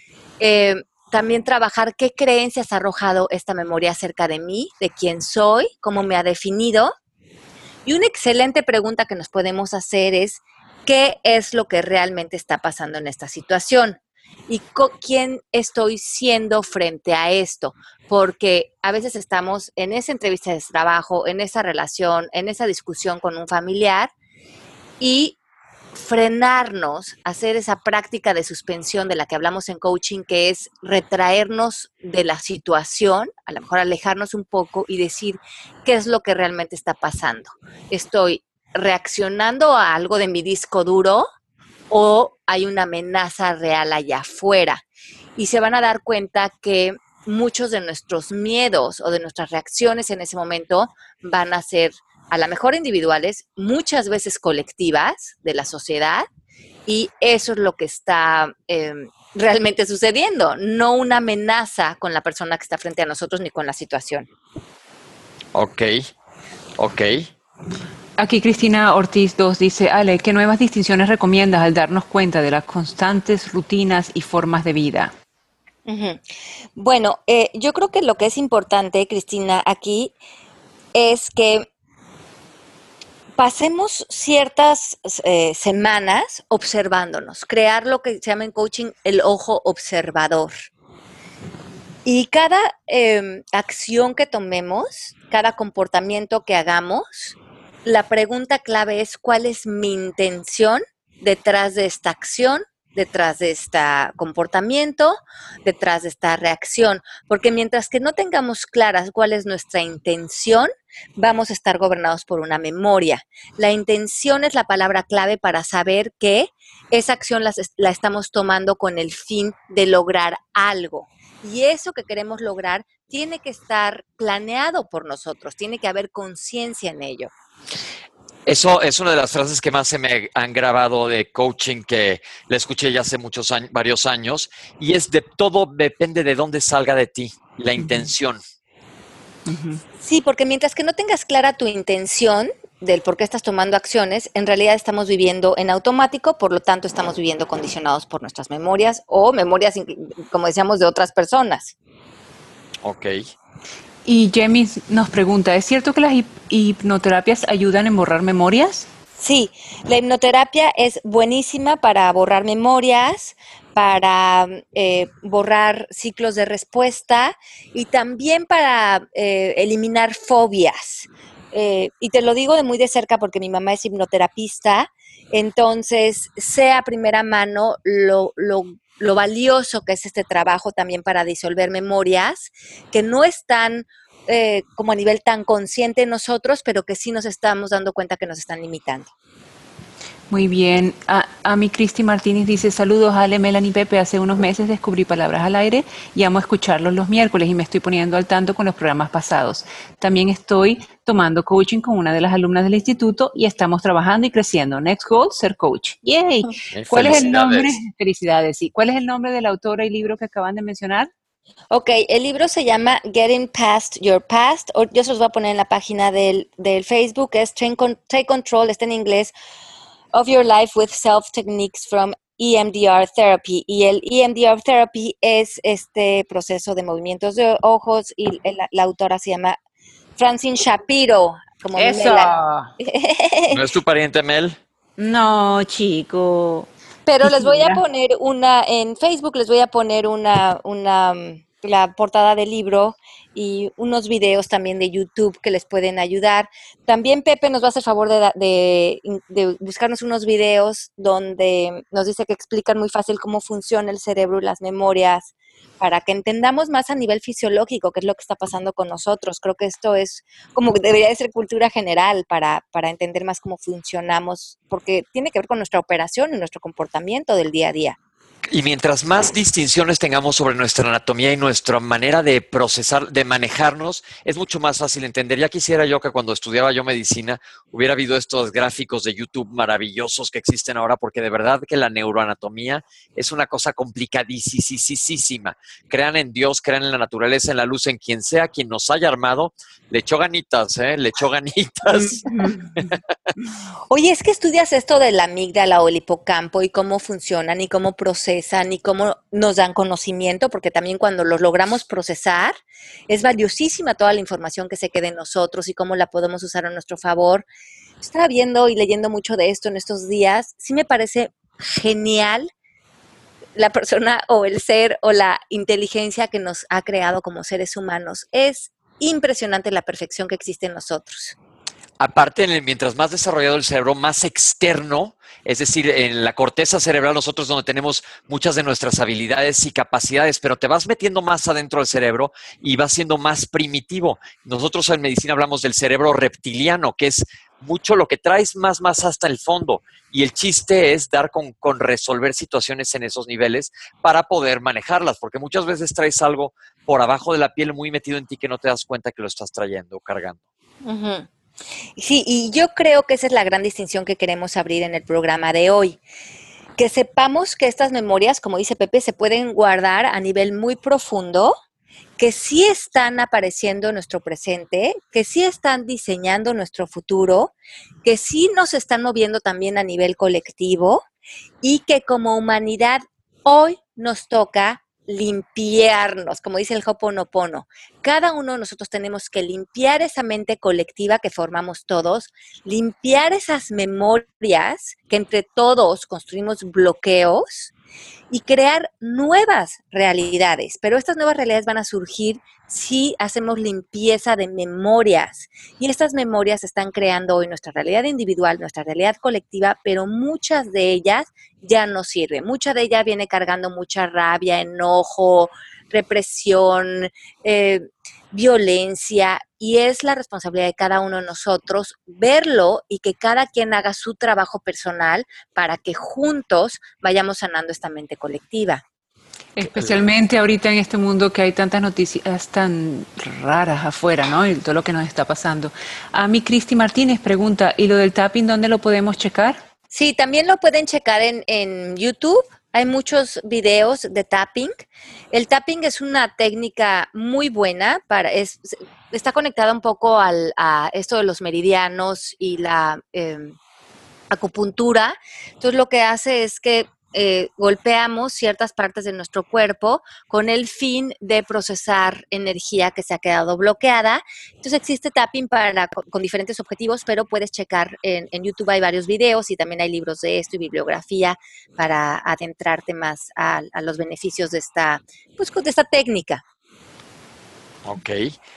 También trabajar qué creencias ha arrojado esta memoria acerca de mí, de quién soy, cómo me ha definido. Y una excelente pregunta que nos podemos hacer es, ¿qué es lo que realmente está pasando en esta situación? ¿Y quién estoy siendo frente a esto? Porque a veces estamos en esa entrevista de trabajo, en esa relación, en esa discusión con un familiar y frenarnos, hacer esa práctica de suspensión de la que hablamos en coaching, que es retraernos de la situación, a lo mejor alejarnos un poco y decir qué es lo que realmente está pasando. ¿Estoy reaccionando a algo de mi disco duro o hay una amenaza real allá afuera. Y se van a dar cuenta que muchos de nuestros miedos o de nuestras reacciones en ese momento van a ser a lo mejor individuales, muchas veces colectivas de la sociedad, y eso es lo que está realmente sucediendo, no una amenaza con la persona que está frente a nosotros ni con la situación. Ok. Aquí Cristina Ortiz 2 dice, Ale, ¿qué nuevas distinciones recomiendas al darnos cuenta de las constantes rutinas y formas de vida? Uh-huh. Bueno, yo creo que lo que es importante, Cristina, aquí es que pasemos ciertas semanas observándonos, crear lo que se llama en coaching el ojo observador. Y cada acción que tomemos, cada comportamiento que hagamos, la pregunta clave es ¿cuál es mi intención detrás de esta acción, detrás de este comportamiento, detrás de esta reacción? Porque mientras que no tengamos claras cuál es nuestra intención, vamos a estar gobernados por una memoria. La intención es la palabra clave para saber que esa acción la estamos tomando con el fin de lograr algo. Y eso que queremos lograr tiene que estar planeado por nosotros, tiene que haber conciencia en ello. Eso es una de las frases que más se me han grabado de coaching, que la escuché ya hace varios años, y es de todo depende de dónde salga de ti, la intención. Sí, porque mientras que no tengas clara tu intención del por qué estás tomando acciones, en realidad estamos viviendo en automático, por lo tanto estamos viviendo condicionados por nuestras memorias o memorias, como decíamos, de otras personas. Ok. Y Jamie nos pregunta, ¿es cierto que las hipnoterapias ayudan en borrar memorias? Sí, la hipnoterapia es buenísima para borrar memorias, para borrar ciclos de respuesta y también para eliminar fobias. Y te lo digo de muy de cerca porque mi mamá es hipnoterapista, entonces sé a primera mano lo valioso que es este trabajo también para disolver memorias que no están como a nivel tan consciente en nosotros, pero que sí nos estamos dando cuenta que nos están limitando. Muy bien. A mi Cristi Martínez dice, saludos Ale, Melanie, Pepe. Hace unos meses descubrí Palabras al Aire y amo escucharlos los miércoles y me estoy poniendo al tanto con los programas pasados. También estoy tomando coaching con una de las alumnas del instituto y estamos trabajando y creciendo. Next goal, ser coach. ¡Yay! ¿Cuál es el nombre? Felicidades. Sí. ¿Cuál es el nombre de la autora y libro que acaban de mencionar? Ok, el libro se llama Getting Past Your Past. Yo se los voy a poner en la página del Facebook. Es Take Control, está en inglés, of Your Life with Self Techniques from EMDR Therapy. Y el EMDR Therapy es este proceso de movimientos de ojos y la autora se llama Francine Shapiro. Como ¡eso! ¿No es tu pariente, Mel? No, chico. Pero les voy a poner en Facebook les voy a poner la portada del libro y unos videos también de YouTube que les pueden ayudar. También Pepe nos va a hacer favor de buscarnos unos videos donde nos dice que explican muy fácil cómo funciona el cerebro y las memorias para que entendamos más a nivel fisiológico qué es lo que está pasando con nosotros. Creo que esto es como que debería de ser cultura general para entender más cómo funcionamos, porque tiene que ver con nuestra operación y nuestro comportamiento del día a día. Y mientras más distinciones tengamos sobre nuestra anatomía y nuestra manera de procesar, de manejarnos, es mucho más fácil entender. Ya quisiera yo que cuando estudiaba yo medicina hubiera habido estos gráficos de YouTube maravillosos que existen ahora, porque de verdad que la neuroanatomía es una cosa complicadísima. Crean en Dios, crean en la naturaleza, en la luz, en quien sea, quien nos haya armado. Le echó ganitas, le echó ganitas. Oye, es que estudias esto de la amígdala o el hipocampo y cómo funcionan y cómo procesan y cómo nos dan conocimiento, porque también cuando los logramos procesar es valiosísima toda la información que se queda en nosotros y cómo la podemos usar a nuestro favor. Estaba viendo y leyendo mucho de esto en estos días. Sí me parece genial la persona o el ser o la inteligencia que nos ha creado como seres humanos. Es impresionante la perfección que existe en nosotros. Aparte, mientras más desarrollado el cerebro, más externo, es decir, en la corteza cerebral nosotros donde tenemos muchas de nuestras habilidades y capacidades, pero te vas metiendo más adentro del cerebro y vas siendo más primitivo. Nosotros en medicina hablamos del cerebro reptiliano, que es mucho lo que traes más hasta el fondo. Y el chiste es dar con resolver situaciones en esos niveles para poder manejarlas, porque muchas veces traes algo por abajo de la piel muy metido en ti que no te das cuenta que lo estás trayendo, cargando. Uh-huh. Sí, y yo creo que esa es la gran distinción que queremos abrir en el programa de hoy. Que sepamos que estas memorias, como dice Pepe, se pueden guardar a nivel muy profundo, que sí están apareciendo en nuestro presente, que sí están diseñando nuestro futuro, que sí nos están moviendo también a nivel colectivo y que como humanidad hoy nos toca limpiarnos, como dice el Ho'oponopono. Cada uno de nosotros tenemos que limpiar esa mente colectiva que formamos todos, limpiar esas memorias que entre todos construimos bloqueos y crear nuevas realidades. Pero estas nuevas realidades van a surgir si hacemos limpieza de memorias. Y estas memorias están creando hoy nuestra realidad individual, nuestra realidad colectiva, pero muchas de ellas ya no sirven. Mucha de ellas viene cargando mucha rabia, enojo, represión, violencia, y es la responsabilidad de cada uno de nosotros verlo y que cada quien haga su trabajo personal para que juntos vayamos sanando esta mente colectiva. Especialmente ahorita en este mundo que hay tantas noticias tan raras afuera, ¿no? Y todo lo que nos está pasando. A mí Cristi Martínez pregunta, ¿y lo del tapping dónde lo podemos checar? Sí, también lo pueden checar en YouTube. Hay muchos videos de tapping. El tapping es una técnica muy buena está conectada un poco a esto de los meridianos y la acupuntura. Entonces lo que hace es que golpeamos ciertas partes de nuestro cuerpo con el fin de procesar energía que se ha quedado bloqueada. Entonces existe tapping con diferentes objetivos, pero puedes checar en YouTube, hay varios videos y también hay libros de esto y bibliografía para adentrarte más a los beneficios de esta técnica. Ok.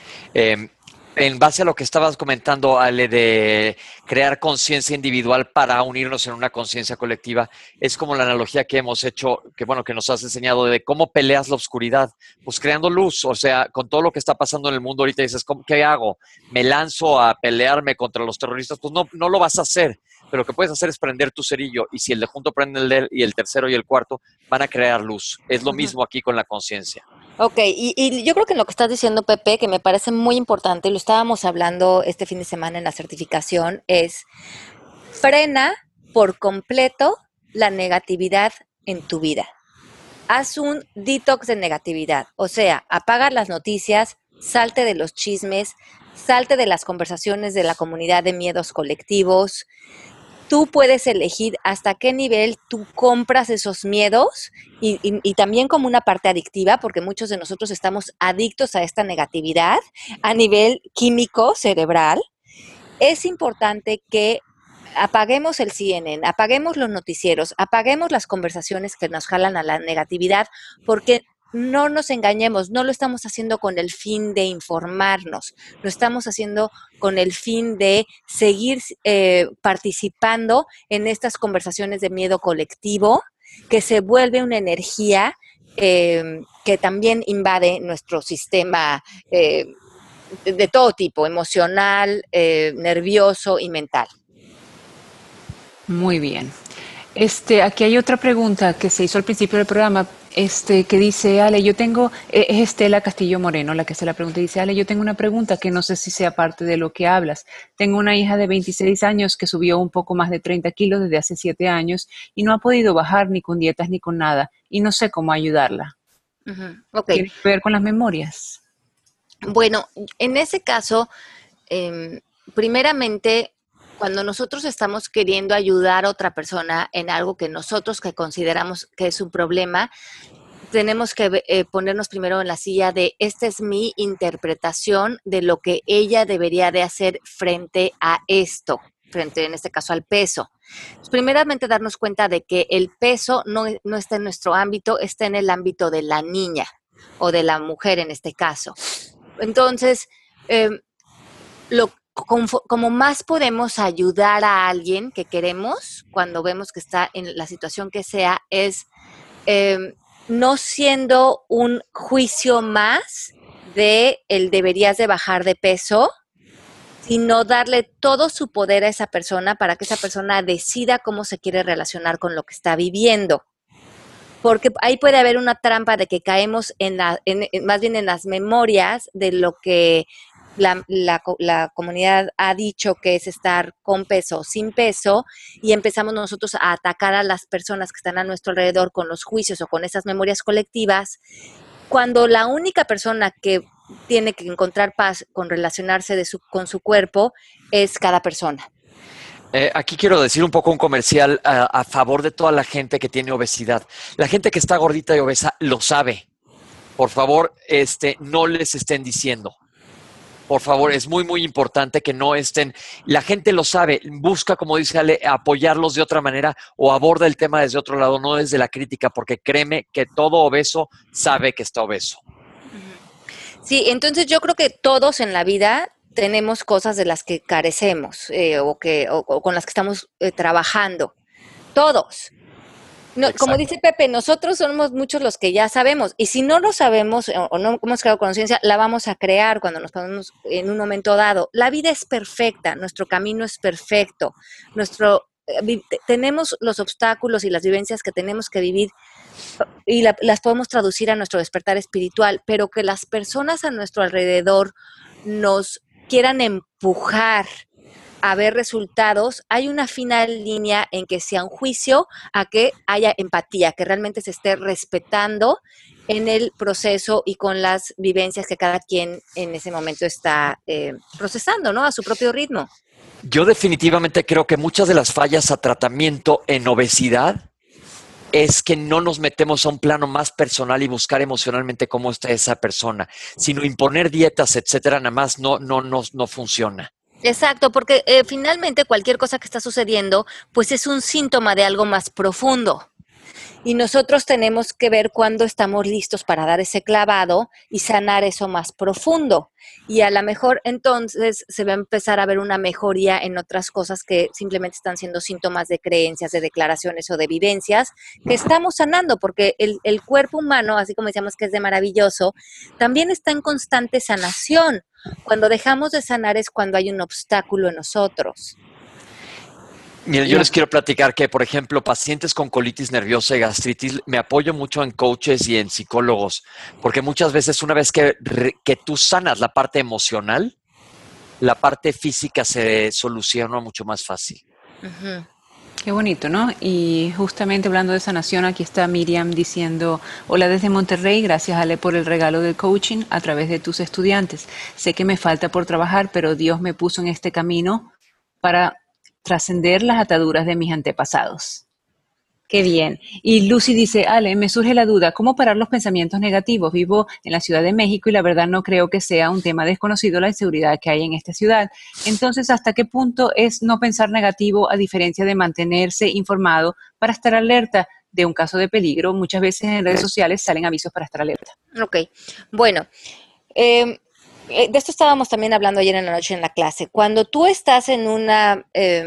En base a lo que estabas comentando, Ale, de crear conciencia individual para unirnos en una conciencia colectiva, es como la analogía que hemos hecho, que nos has enseñado de cómo peleas la oscuridad, pues creando luz. O sea, con todo lo que está pasando en el mundo ahorita dices, ¿qué hago? ¿Me lanzo a pelearme contra los terroristas? Pues no lo vas a hacer, pero lo que puedes hacer es prender tu cerillo, y si el de junto prende el de él y el tercero y el cuarto, van a crear luz. Es lo mismo aquí con la conciencia. Ok, y yo creo que lo que estás diciendo, Pepe, que me parece muy importante, lo estábamos hablando este fin de semana en la certificación, es frena por completo la negatividad en tu vida. Haz un detox de negatividad, o sea, apaga las noticias, salte de los chismes, salte de las conversaciones de la comunidad de miedos colectivos. Tú puedes elegir hasta qué nivel tú compras esos miedos y también como una parte adictiva, porque muchos de nosotros estamos adictos a esta negatividad a nivel químico cerebral. Es importante que apaguemos el CNN, apaguemos los noticieros, apaguemos las conversaciones que nos jalan a la negatividad, porque no nos engañemos, no lo estamos haciendo con el fin de informarnos, lo estamos haciendo con el fin de seguir participando en estas conversaciones de miedo colectivo, que se vuelve una energía que también invade nuestro sistema de todo tipo, emocional, nervioso y mental. Muy bien. Aquí hay otra pregunta que se hizo al principio del programa, que dice, Ale, yo tengo, es Estela Castillo Moreno la que hace la pregunta, dice, Ale, yo tengo una pregunta que no sé si sea parte de lo que hablas. Tengo una hija de 26 años que subió un poco más de 30 kilos desde hace 7 años y no ha podido bajar ni con dietas ni con nada y no sé cómo ayudarla. Uh-huh. Okay. ¿Tiene que ver con las memorias? Bueno, en ese caso, primeramente, cuando nosotros estamos queriendo ayudar a otra persona en algo que nosotros que consideramos que es un problema, tenemos que ponernos primero en la silla de esta es mi interpretación de lo que ella debería de hacer frente a esto, frente en este caso al peso. Pues, primeramente darnos cuenta de que el peso no está en nuestro ámbito, está en el ámbito de la niña o de la mujer en este caso. Entonces, como más podemos ayudar a alguien que queremos cuando vemos que está en la situación que sea, es no siendo un juicio más de el deberías de bajar de peso, sino darle todo su poder a esa persona para que esa persona decida cómo se quiere relacionar con lo que está viviendo. Porque ahí puede haber una trampa de que caemos más bien en las memorias de lo que la comunidad ha dicho que es estar con peso o sin peso, y empezamos nosotros a atacar a las personas que están a nuestro alrededor con los juicios o con esas memorias colectivas, cuando la única persona que tiene que encontrar paz con relacionarse con su cuerpo es cada persona. Aquí quiero decir un poco un comercial a favor de toda la gente que tiene obesidad. La gente que está gordita y obesa lo sabe. Por favor, no les estén diciendo. Por favor, es muy, muy importante que no estén. La gente lo sabe. Busca, como dice Ale, apoyarlos de otra manera o aborda el tema desde otro lado, no desde la crítica, porque créeme que todo obeso sabe que está obeso. Sí, entonces yo creo que todos en la vida tenemos cosas de las que carecemos o con las que estamos trabajando. Todos. No, como dice Pepe, nosotros somos muchos los que ya sabemos. Y si no lo sabemos o no hemos creado conciencia, la vamos a crear cuando nos ponemos en un momento dado. La vida es perfecta, nuestro camino es perfecto. Tenemos los obstáculos y las vivencias que tenemos que vivir y las podemos traducir a nuestro despertar espiritual, pero que las personas a nuestro alrededor nos quieran empujar a ver resultados, hay una fina línea en que sea un juicio a que haya empatía, que realmente se esté respetando en el proceso y con las vivencias que cada quien en ese momento está procesando, ¿no? A su propio ritmo. Yo definitivamente creo que muchas de las fallas a tratamiento en obesidad es que no nos metemos a un plano más personal y buscar emocionalmente cómo está esa persona, sino imponer dietas, etcétera, nada más no funciona. Exacto, porque finalmente cualquier cosa que está sucediendo, pues es un síntoma de algo más profundo. Y nosotros tenemos que ver cuándo estamos listos para dar ese clavado y sanar eso más profundo. Y a lo mejor entonces se va a empezar a ver una mejoría en otras cosas que simplemente están siendo síntomas de creencias, de declaraciones o de vivencias que estamos sanando, porque el cuerpo humano, así como decíamos que es de maravilloso, también está en constante sanación. Cuando dejamos de sanar es cuando hay un obstáculo en nosotros. Miren, yo les quiero platicar que, por ejemplo, pacientes con colitis nerviosa y gastritis, me apoyo mucho en coaches y en psicólogos, porque muchas veces una vez que tú sanas la parte emocional, la parte física se soluciona mucho más fácil. Uh-huh. Qué bonito, ¿no? Y justamente hablando de sanación, aquí está Miriam diciendo: hola desde Monterrey, gracias Ale por el regalo del coaching a través de tus estudiantes. Sé que me falta por trabajar, pero Dios me puso en este camino para trascender las ataduras de mis antepasados. Qué bien. Y Lucy dice: Ale, me surge la duda, ¿cómo parar los pensamientos negativos? Vivo en la Ciudad de México y la verdad no creo que sea un tema desconocido la inseguridad que hay en esta ciudad. Entonces, ¿hasta qué punto es no pensar negativo a diferencia de mantenerse informado para estar alerta de un caso de peligro? Muchas veces en redes sociales salen avisos para estar alerta. Ok, bueno, de esto estábamos también hablando ayer en la noche en la clase. Cuando tú estás en una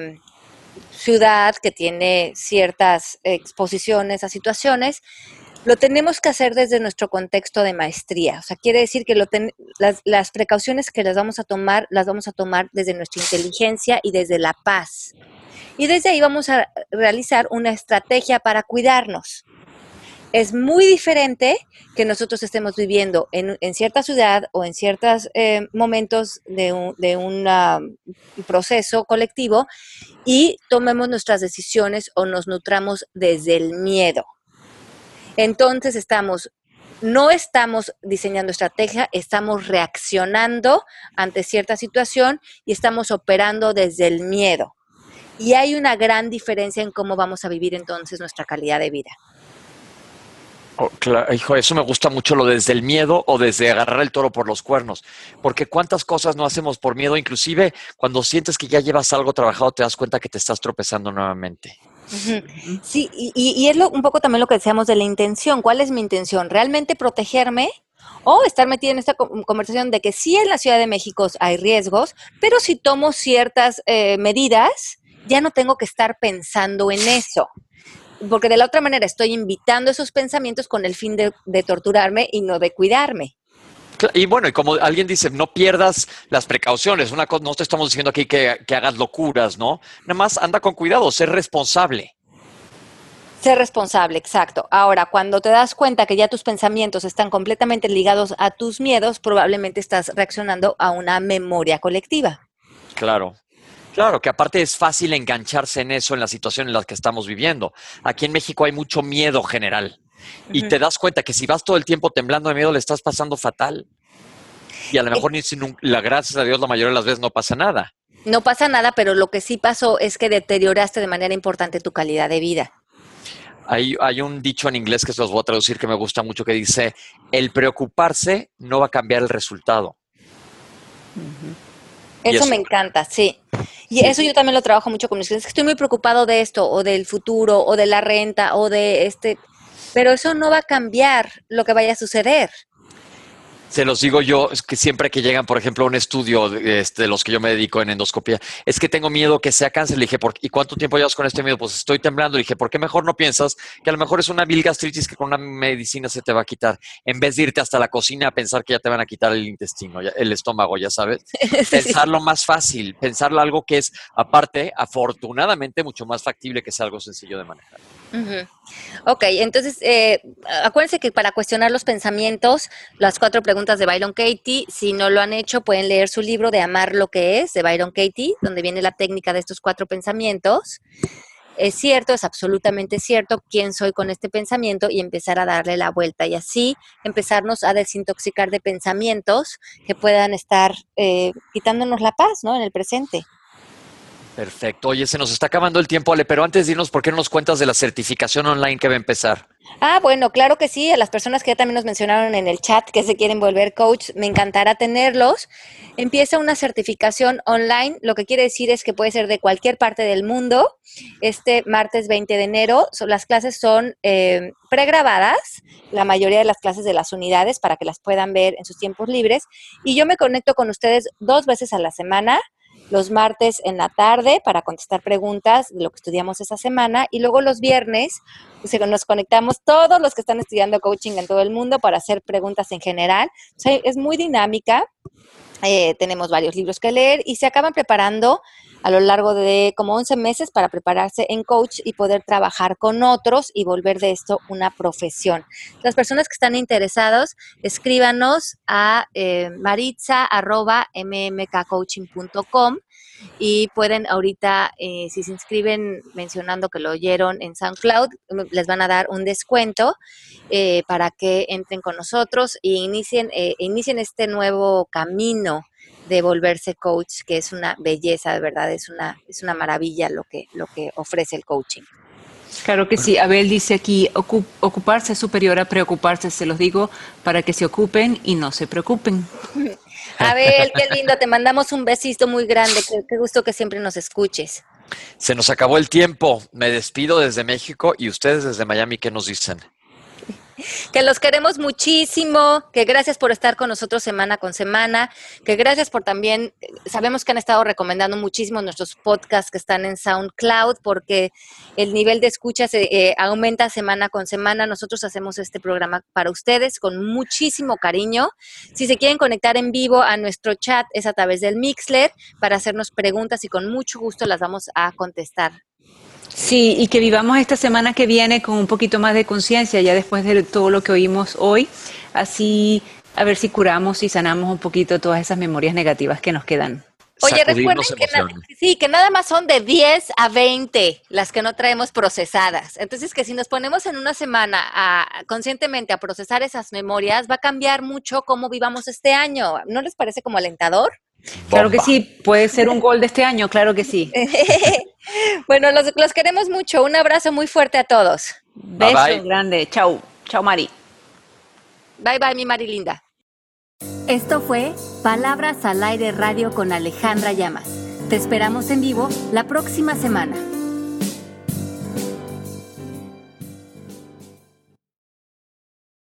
ciudad que tiene ciertas exposiciones a situaciones, lo tenemos que hacer desde nuestro contexto de maestría. O sea, quiere decir que las precauciones que las vamos a tomar desde nuestra inteligencia y desde la paz. Y desde ahí vamos a realizar una estrategia para cuidarnos. Es muy diferente que nosotros estemos viviendo en cierta ciudad o en ciertos momentos de un proceso colectivo y tomemos nuestras decisiones o nos nutramos desde el miedo. Entonces no estamos diseñando estrategia, estamos reaccionando ante cierta situación y estamos operando desde el miedo. Y hay una gran diferencia en cómo vamos a vivir entonces nuestra calidad de vida. Oh, claro, hijo, eso me gusta mucho, lo desde el miedo o desde agarrar el toro por los cuernos, porque cuántas cosas no hacemos por miedo, inclusive cuando sientes que ya llevas algo trabajado te das cuenta que te estás tropezando nuevamente. Uh-huh. Sí, y es un poco también lo que decíamos de la intención. ¿Cuál es mi intención? ¿Realmente protegerme o estar metida en esta conversación de que sí en la Ciudad de México hay riesgos, pero si tomo ciertas medidas, ya no tengo que estar pensando en eso? Porque de la otra manera estoy invitando esos pensamientos con el fin de torturarme y no de cuidarme. Y bueno, y como alguien dice, no pierdas las precauciones. No te estamos diciendo aquí que hagas locuras, ¿no? Nada más anda con cuidado, ser responsable. Ser responsable, exacto. Ahora, cuando te das cuenta que ya tus pensamientos están completamente ligados a tus miedos, probablemente estás reaccionando a una memoria colectiva. Claro. Claro, que aparte es fácil engancharse en eso en la situación en la que estamos viviendo. Aquí en México hay mucho miedo general. Y te das cuenta que si vas todo el tiempo temblando de miedo, le estás pasando fatal. Y a lo mejor gracias a Dios la mayoría de las veces no pasa nada. No pasa nada, pero lo que sí pasó es que deterioraste de manera importante tu calidad de vida. Hay un dicho en inglés que se los voy a traducir que me gusta mucho que dice, el preocuparse no va a cambiar el resultado. Eso me encanta, sí. Y eso yo también lo trabajo mucho con mis clientes. Estoy muy preocupado de esto, o del futuro, o de la renta, o de pero eso no va a cambiar lo que vaya a suceder. Se los digo yo, es que siempre que llegan, por ejemplo, a un estudio de los que yo me dedico en endoscopía, es que tengo miedo que sea cáncer. Le dije, ¿y cuánto tiempo llevas con este miedo? Pues estoy temblando. Le dije, ¿por qué mejor no piensas que a lo mejor es una vil gastritis que con una medicina se te va a quitar? En vez de irte hasta la cocina a pensar que ya te van a quitar el intestino, el estómago, ya sabes. Pensarlo más fácil, pensarlo algo que es, aparte, afortunadamente, mucho más factible que sea algo sencillo de manejar. Ok, entonces acuérdense que para cuestionar los pensamientos, las 4 preguntas de Byron Katie, si no lo han hecho, pueden leer su libro de Amar lo que es, de Byron Katie, donde viene la técnica de estos 4 pensamientos. Es cierto, es absolutamente cierto, quién soy con este pensamiento y empezar a darle la vuelta y así empezarnos a desintoxicar de pensamientos que puedan estar quitándonos la paz, ¿no? En el presente. Perfecto. Oye, se nos está acabando el tiempo, Ale, pero antes de irnos, ¿por qué no nos cuentas de la certificación online que va a empezar? Bueno, claro que sí. A las personas que ya también nos mencionaron en el chat que se quieren volver coach, me encantará tenerlos. Empieza una certificación online, lo que quiere decir es que puede ser de cualquier parte del mundo. Este martes 20 de enero, las clases son pregrabadas, la mayoría de las clases de las unidades, para que las puedan ver en sus tiempos libres. Y yo me conecto con ustedes 2 veces a la semana, los martes en la tarde para contestar preguntas de lo que estudiamos esa semana y luego los viernes nos conectamos todos los que están estudiando coaching en todo el mundo para hacer preguntas en general. O sea, es muy dinámica, tenemos varios libros que leer y se acaban preparando a lo largo de como 11 meses para prepararse en coach y poder trabajar con otros y volver de esto una profesión. Las personas que están interesados, escríbanos a maritza@mmkcoaching.com y pueden ahorita, si se inscriben mencionando que lo oyeron en SoundCloud, les van a dar un descuento para que entren con nosotros e inicien este nuevo camino de volverse coach, que es una belleza, de verdad, es una maravilla lo que ofrece el coaching. Claro que sí. Abel dice aquí, ocuparse es superior a preocuparse, se los digo, para que se ocupen y no se preocupen. Abel, qué lindo, te mandamos un besito muy grande, qué gusto que siempre nos escuches. Se nos acabó el tiempo, me despido desde México y ustedes desde Miami, ¿qué nos dicen? Que los queremos muchísimo, que gracias por estar con nosotros semana con semana, que gracias por también, sabemos que han estado recomendando muchísimo nuestros podcasts que están en SoundCloud porque el nivel de escucha se aumenta semana con semana. Nosotros hacemos este programa para ustedes con muchísimo cariño. Si se quieren conectar en vivo a nuestro chat es a través del Mixler para hacernos preguntas y con mucho gusto las vamos a contestar. Sí, y que vivamos esta semana que viene con un poquito más de conciencia, ya después de todo lo que oímos hoy, así a ver si curamos y sanamos un poquito todas esas memorias negativas que nos quedan. Oye, recuerden que nada más son de 10 a 20 las que no traemos procesadas. Entonces, que si nos ponemos en una semana conscientemente a procesar esas memorias, va a cambiar mucho cómo vivamos este año. ¿No les parece como alentador? Claro que sí, puede ser un gol de este año, claro que sí. Bueno, los queremos mucho. Un abrazo muy fuerte a todos. Beso grande. Chau. Chau, Mari. Bye, bye, mi Mari linda. Esto fue Palabras al Aire Radio con Alejandra Llamas. Te esperamos en vivo la próxima semana.